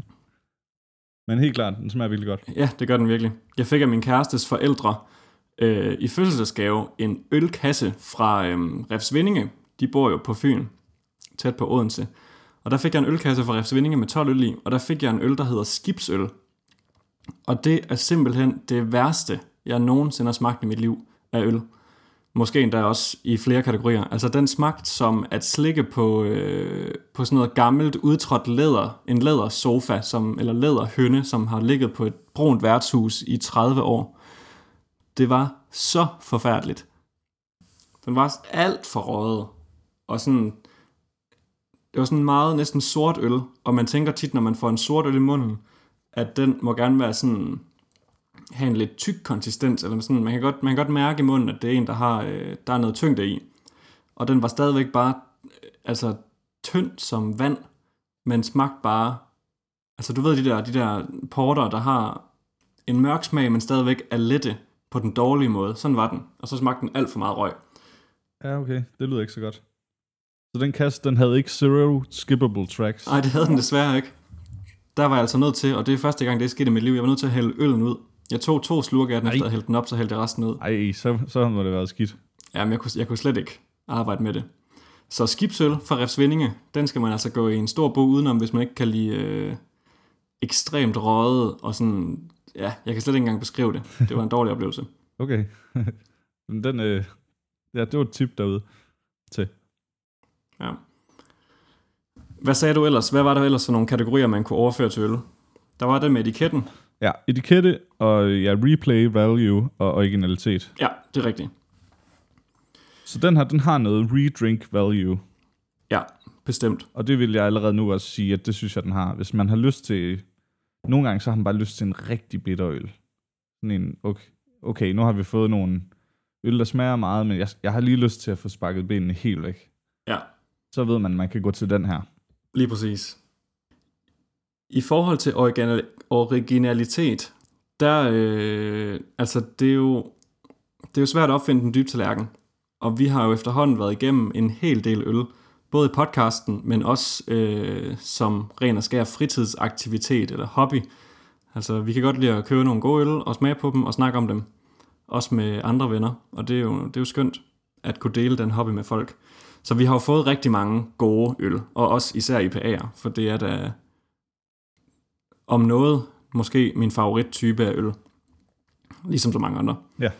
men helt klart, den smager virkelig godt. Ja, det gør den virkelig. Jeg fik af min kærestes forældre øh, i fødselsdagsgave en ølkasse fra øh, Refsvindinge. De bor jo på Fyn, tæt på Odense. Og der fik jeg en ølkasse fra Refsvindinge med tolv øl i, og der fik jeg en øl, der hedder skibsøl. Og det er simpelthen det værste, jeg nogensinde har smagt i mit liv af øl. Måske endda også i flere kategorier. Altså den smagte som at slikke på, øh, på sådan noget gammelt udtrådt læder, en lædersofa, som, eller læderhønne, som har ligget på et brunt værtshus i tredive år. Det var så forfærdeligt. Den var alt for røget. Og sådan, det var sådan meget næsten sort øl, og man tænker tit, når man får en sort øl i munden, at den må gerne være sådan, have en lidt tyk konsistens, eller sådan, man kan godt, man kan godt mærke i munden, at det er en, der har, øh, der er noget tyngde i. Og den var stadigvæk bare, øh, altså tynd som vand, men smagte bare, altså du ved de der, de der porter, der har en mørk smag, men stadigvæk er lette på den dårlige måde. Sådan var den. Og så smagte den alt for meget røg. Ja, okay. Det lyder ikke så godt. Så den kasse, den havde ikke zero skippable tracks? Nej, det havde den desværre ikke. Der var jeg altså nødt til, og det er første gang, det skete i mit liv, jeg var nødt til at hælde øllen ud. Jeg tog to slurke af den, efter at hælde den op, så hældte jeg resten ud. Ej, så, så må det været skidt. Jamen, jeg kunne, jeg kunne slet ikke arbejde med det. Så skibsøl fra Refsvindinge, den skal man altså gå i en stor bog udenom, hvis man ikke kan lide øh, ekstremt røget, og sådan, ja, jeg kan slet ikke engang beskrive det. Det var en dårlig oplevelse. Okay. Men den, øh, ja, det var et tip derude til. Ja. Hvad sagde du ellers? Hvad var der ellers for nogle kategorier, man kunne overføre til øl? Der var det med etiketten. Ja, etikette og ja, replay value og originalitet. Ja, det er rigtigt. Så den her, den har noget redrink value. Ja, bestemt. Og det vil jeg allerede nu også sige, at det synes jeg, den har. Hvis man har lyst til... Nogle gange, så har man bare lyst til en rigtig bitter øl. Sådan en, okay, okay, nu har vi fået nogle øl, der smager meget, men jeg, jeg har lige lyst til at få sparket benene helt væk. Ja. Så ved man, at man kan gå til den her. Lige præcis. I forhold til original, originalitet, der, øh, altså det er jo, det er jo svært at opfinde den dybe tallerken. Og vi har jo efterhånden været igennem en hel del øl, både i podcasten, men også øh, som ren og skær fritidsaktivitet eller hobby. Altså vi kan godt lide at købe nogle gode øl og smage på dem og snakke om dem. Også med andre venner. Og det er jo, det er jo skønt at kunne dele den hobby med folk. Så vi har jo fået rigtig mange gode øl, og også især I P A'er, for det er da om noget måske min favorittype af øl. Ligesom så mange andre. Ja.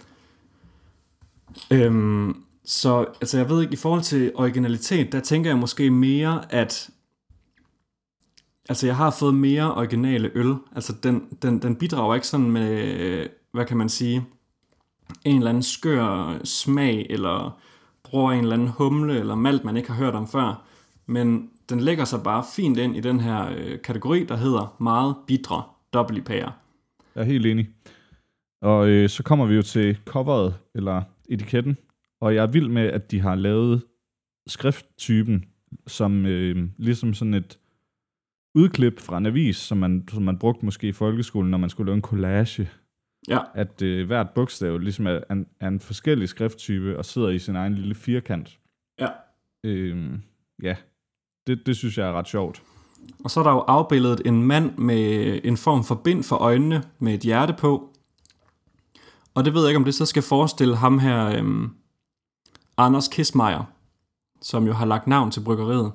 Øhm, så altså jeg ved ikke, i forhold til originalitet, der tænker jeg måske mere, at altså jeg har fået mere originale øl. Altså den, den, den bidrager ikke sådan med, hvad kan man sige, en eller anden skør smag, eller bruger en eller anden humle, eller malt, man ikke har hørt om før. Men den lægger sig bare fint ind i den her øh, kategori, der hedder meget bitre dobbelt I P A'er. Jeg er helt enig. Og øh, så kommer vi jo til coveret, eller etiketten. Og jeg er vild med, at de har lavet skrifttypen, som øh, ligesom sådan et udklip fra en avis, som man, som man brugte måske i folkeskolen, når man skulle lave en collage. Ja. At øh, hvert bogstav ligesom er en, er en forskellig skrifttype, og sidder i sin egen lille firkant. Ja. Øh, ja, det, det synes jeg er ret sjovt. Og så er der jo afbildet en mand med en form for bind for øjnene, med et hjerte på. Og det ved jeg ikke, om det så skal forestille ham her, øhm, Anders Kissmeyer, som jo har lagt navn til bryggeriet.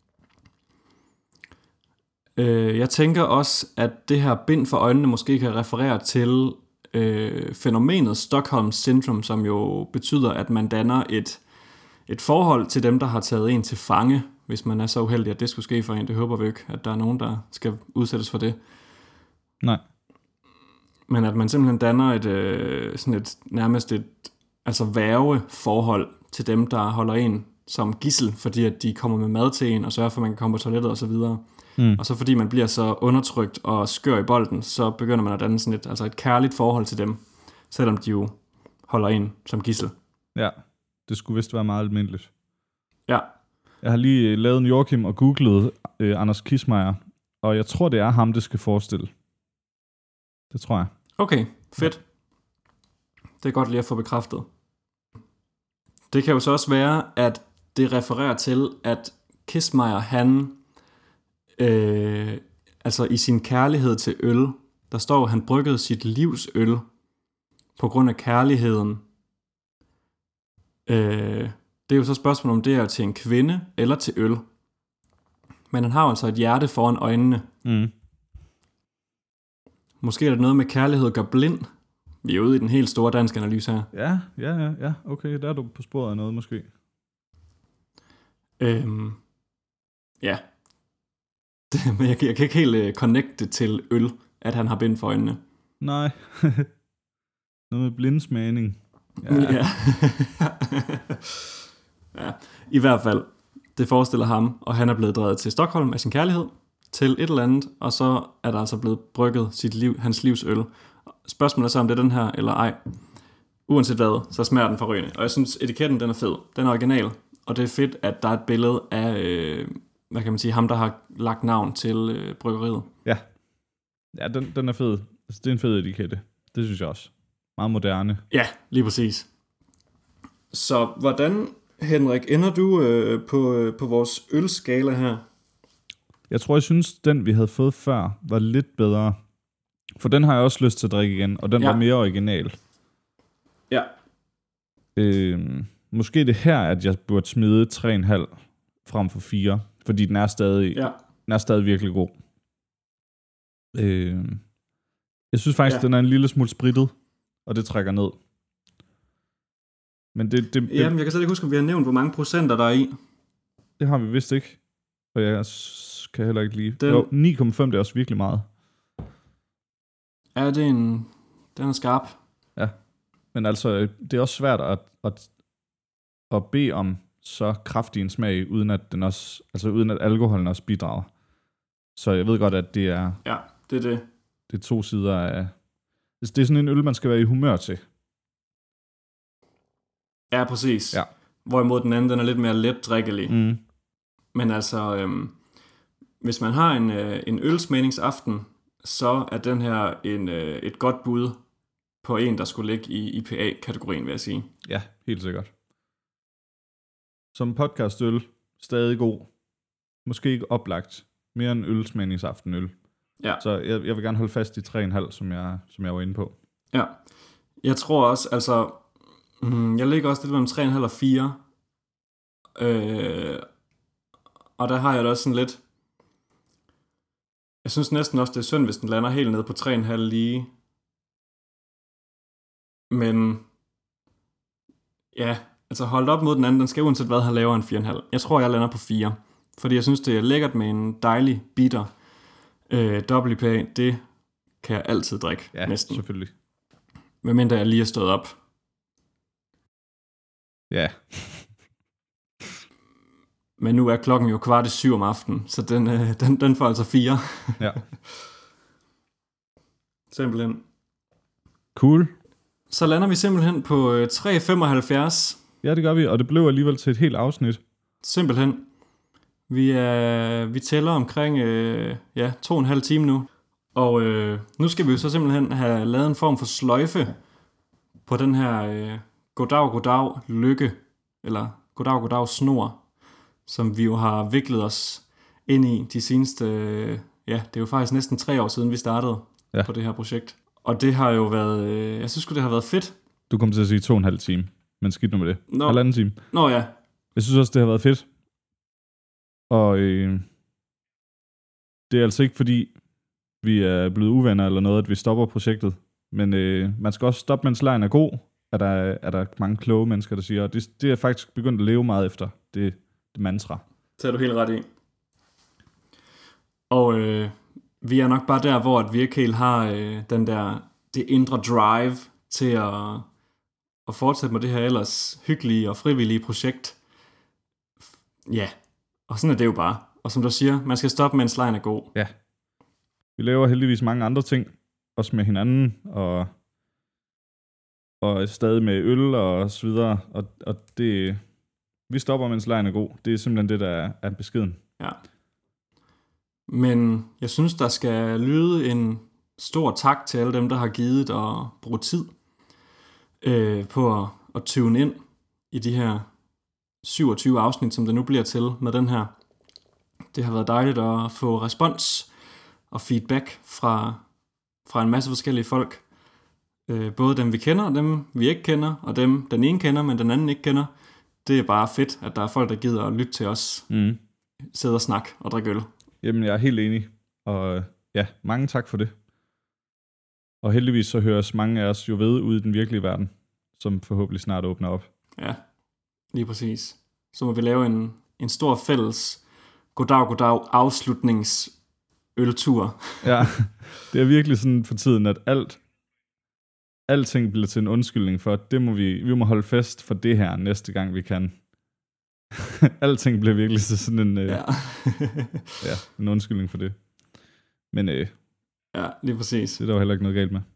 Øh, jeg tænker også, at det her bind for øjnene måske kan referere til øh, fænomenet Stockholm Syndrome, som jo betyder, at man danner et, et forhold til dem, der har taget en til fange, hvis man er så uheldig, at det skulle ske for en. Det håber vi ikke, at der er nogen, der skal udsættes for det. Nej. Men at man simpelthen danner et, øh, sådan et nærmest et altså værgeforhold til dem, der holder en som gidsel, fordi at de kommer med mad til en og sørger for, at man kan komme på toilettet og så videre. Mm. Og så fordi man bliver så undertrykt og skør i bolden, så begynder man at danne sådan et, altså et kærligt forhold til dem, selvom de jo holder en som gidsel. Ja, det skulle vist være meget almindeligt. Ja. Jeg har lige lavet en Joachim og googlet øh, Anders Kissmeyer, og jeg tror, det er ham, det skal forestille. Det tror jeg. Okay, fedt. Det er godt lige at få bekræftet. Det kan jo så også være, at det refererer til, at Kissmeyer, han, øh, altså i sin kærlighed til øl, der står, at han bryggede sit livs øl på grund af kærligheden. Øh, det er jo så spørgsmålet, om det er til en kvinde eller til øl. Men han har altså et hjerte foran øjnene. Mm. Måske er det noget med kærlighed gør blind. Vi er ude i den helt store danske analyse her. Ja, ja, ja, ja. Okay, der er du på sporet af noget måske. Øhm, ja. Det, men jeg, jeg kan ikke helt uh, connecte til øl, at han har bind for øjnene. Nej. Noget med blindsmagning. Ja. Ja. Ja. I hvert fald, det forestiller ham, og han er blevet drevet til Stockholm af sin kærlighed, til et eller andet, og så er der altså blevet brygget sit liv, hans livs øl. Spørgsmålet er så, om det er den her, eller ej. Uanset hvad, så smager den forrygende. Og jeg synes, etiketten den er fed. Den er original. Og det er fedt, at der er et billede af, øh, hvad kan man sige, ham, der har lagt navn til øh, bryggeriet. Ja, ja den, den er fed. Altså, det er en fed etikette. Det synes jeg også. Meget moderne. Ja, lige præcis. Så hvordan, Henrik, ender du øh, på, øh, på vores ølskala her? Jeg tror, jeg synes, den vi havde fået før, var lidt bedre. For den har jeg også lyst til at drikke igen, og den ja. var mere original. Ja. Øh, måske det her, at jeg burde smide tre komma fem frem for fire, fordi den er stadig, ja. den er stadig virkelig god. Øh, jeg synes faktisk, ja. den er en lille smule sprittet, og det trækker ned. Men det, det, det, Jamen, jeg kan slet ikke huske, om vi har nævnt, hvor mange procenter der er i. Det har vi vist ikke. Og jeg kan heller ikke lige... Den... Jo, ni komma fem, det er også virkelig meget. Ja, det er en... Den er skarp. Ja, men altså, det er også svært at, at, at bede om så kraftig en smag, uden at den også, altså uden at alkoholen også bidrager. Så jeg ved godt, at det er... Ja, det er det. Det er to sider af... Det er sådan en øl, man skal være i humør til. Ja, præcis. Ja. Hvorimod den anden, den er lidt mere let drikkelig. Mm. Men altså, øhm, hvis man har en, øh, en ølsmagningsaften, så er den her en, øh, et godt bud på en, der skulle ligge i I P A-kategorien, vil jeg sige. Ja, helt sikkert. Som podcastøl, stadig god. Måske ikke oplagt. Mere en ølsmagningsaftenøl. Ja. Så jeg, jeg vil gerne holde fast i tre komma fem, som jeg, som jeg var inde på. Ja. Jeg tror også, altså... Mm, jeg ligger også lidt mellem tre komma fem og fire. Øh, og der har jeg da også sådan lidt... Jeg synes næsten også, det er synd, hvis den lander helt ned på tre komma fem lige. Men... Ja, altså holdt op mod den anden, den skal uanset hvad have lavere end fire komma fem. Jeg tror, jeg lander på fire. Fordi jeg synes, det er lækkert med en dejlig bitter øh, dobbelt I P A. Det kan jeg altid drikke, ja, næsten. Selvfølgelig. Medmindre jeg lige er stået op. Ja. Men nu er klokken jo kvart i syv om aftenen, så den, øh, den, den får altså fire. Ja. Simpelthen. Cool. Så lander vi simpelthen på øh, tre komma femoghalvfjerds. Ja, det gør vi, og det blev alligevel til et helt afsnit. Simpelthen. Vi, er, vi tæller omkring øh, ja, to og en halv time nu. Og øh, nu skal vi jo så simpelthen have lavet en form for sløjfe på den her øh, goddag, goddag, lykke, eller goddag, goddag, snor, som vi jo har viklet os ind i de seneste, øh, ja, det er jo faktisk næsten tre år siden, vi startede ja. på det her projekt. Og det har jo været, øh, jeg synes sgu, det har været fedt. Du kom til at sige to og en halv time, men skidt nu med det. Nå. Halvanden time. Nå ja. Jeg synes også, det har været fedt. Og øh, det er altså ikke fordi, vi er blevet uvenner eller noget, at vi stopper projektet. Men øh, man skal også stoppe, mens lejen er god, er der, er der mange kloge mennesker, der siger. Og det, det er faktisk begyndt at leve meget efter, det, det mantra. Det er du helt ret i. Og øh, vi er nok bare der, hvor at vi ikke helt har øh, den der, det indre drive til at, at fortsætte med det her ellers hyggelige og frivillige projekt. Ja, og sådan er det jo bare. Og som du siger, man skal stoppe, mens lejen er god. Ja. Vi laver heldigvis mange andre ting, også med hinanden, og, og stadig med øl og så videre. Og, og det, vi stopper, mens lejen er god. Det er simpelthen det, der er, er beskeden. Ja. Men jeg synes, der skal lyde en stor tak til alle dem, der har givet og brugt tid øh, på at, at tune ind i de her syvogtyve afsnit, som det nu bliver til med den her. Det har været dejligt at få respons og feedback fra, fra en masse forskellige folk. Øh, både dem, vi kender, og dem, vi ikke kender, og dem, den ene kender, men den anden ikke kender. Det er bare fedt, at der er folk, der gider at lytte til os. Mm. Sidde og snakke og drikke øl. Jamen, jeg er helt enig. Og ja, mange tak for det. Og heldigvis så høres mange af os jo ved ude i den virkelige verden, som forhåbentlig snart åbner op. Ja, lige præcis. Så må vi lave en, en stor fælles goddag, goddag afslutningsøltur. Ja, det er virkelig sådan for tiden, at alt, alting bliver til en undskyldning for, at det må vi, vi må holde fest for det her næste gang, vi kan. Alting bliver virkelig til sådan en, øh, ja. ja, en undskyldning for det. Men øh, ja, lige præcis. Det er der jo heller ikke noget galt med.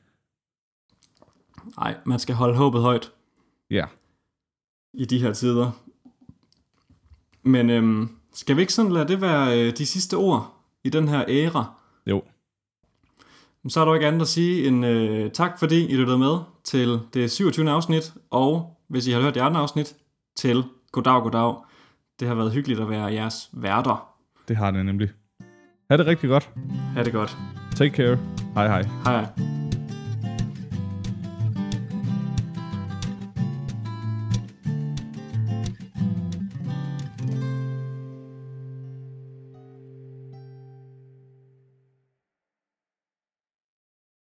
Nej, man skal holde håbet højt. Ja. I de her tider. Men øhm, skal vi ikke sådan lade det være øh, de sidste ord i den her æra? Jo. Så er der jo ikke andet at sige end øh, tak, fordi I lyttede med til det syvogtyvende afsnit, og hvis I har hørt de andre afsnit, til goddag, goddag. Det har været hyggeligt at være jeres værter. Det har det nemlig. Ha' det rigtig godt. Ha' det godt. Take care. Hej hej. Hej hej.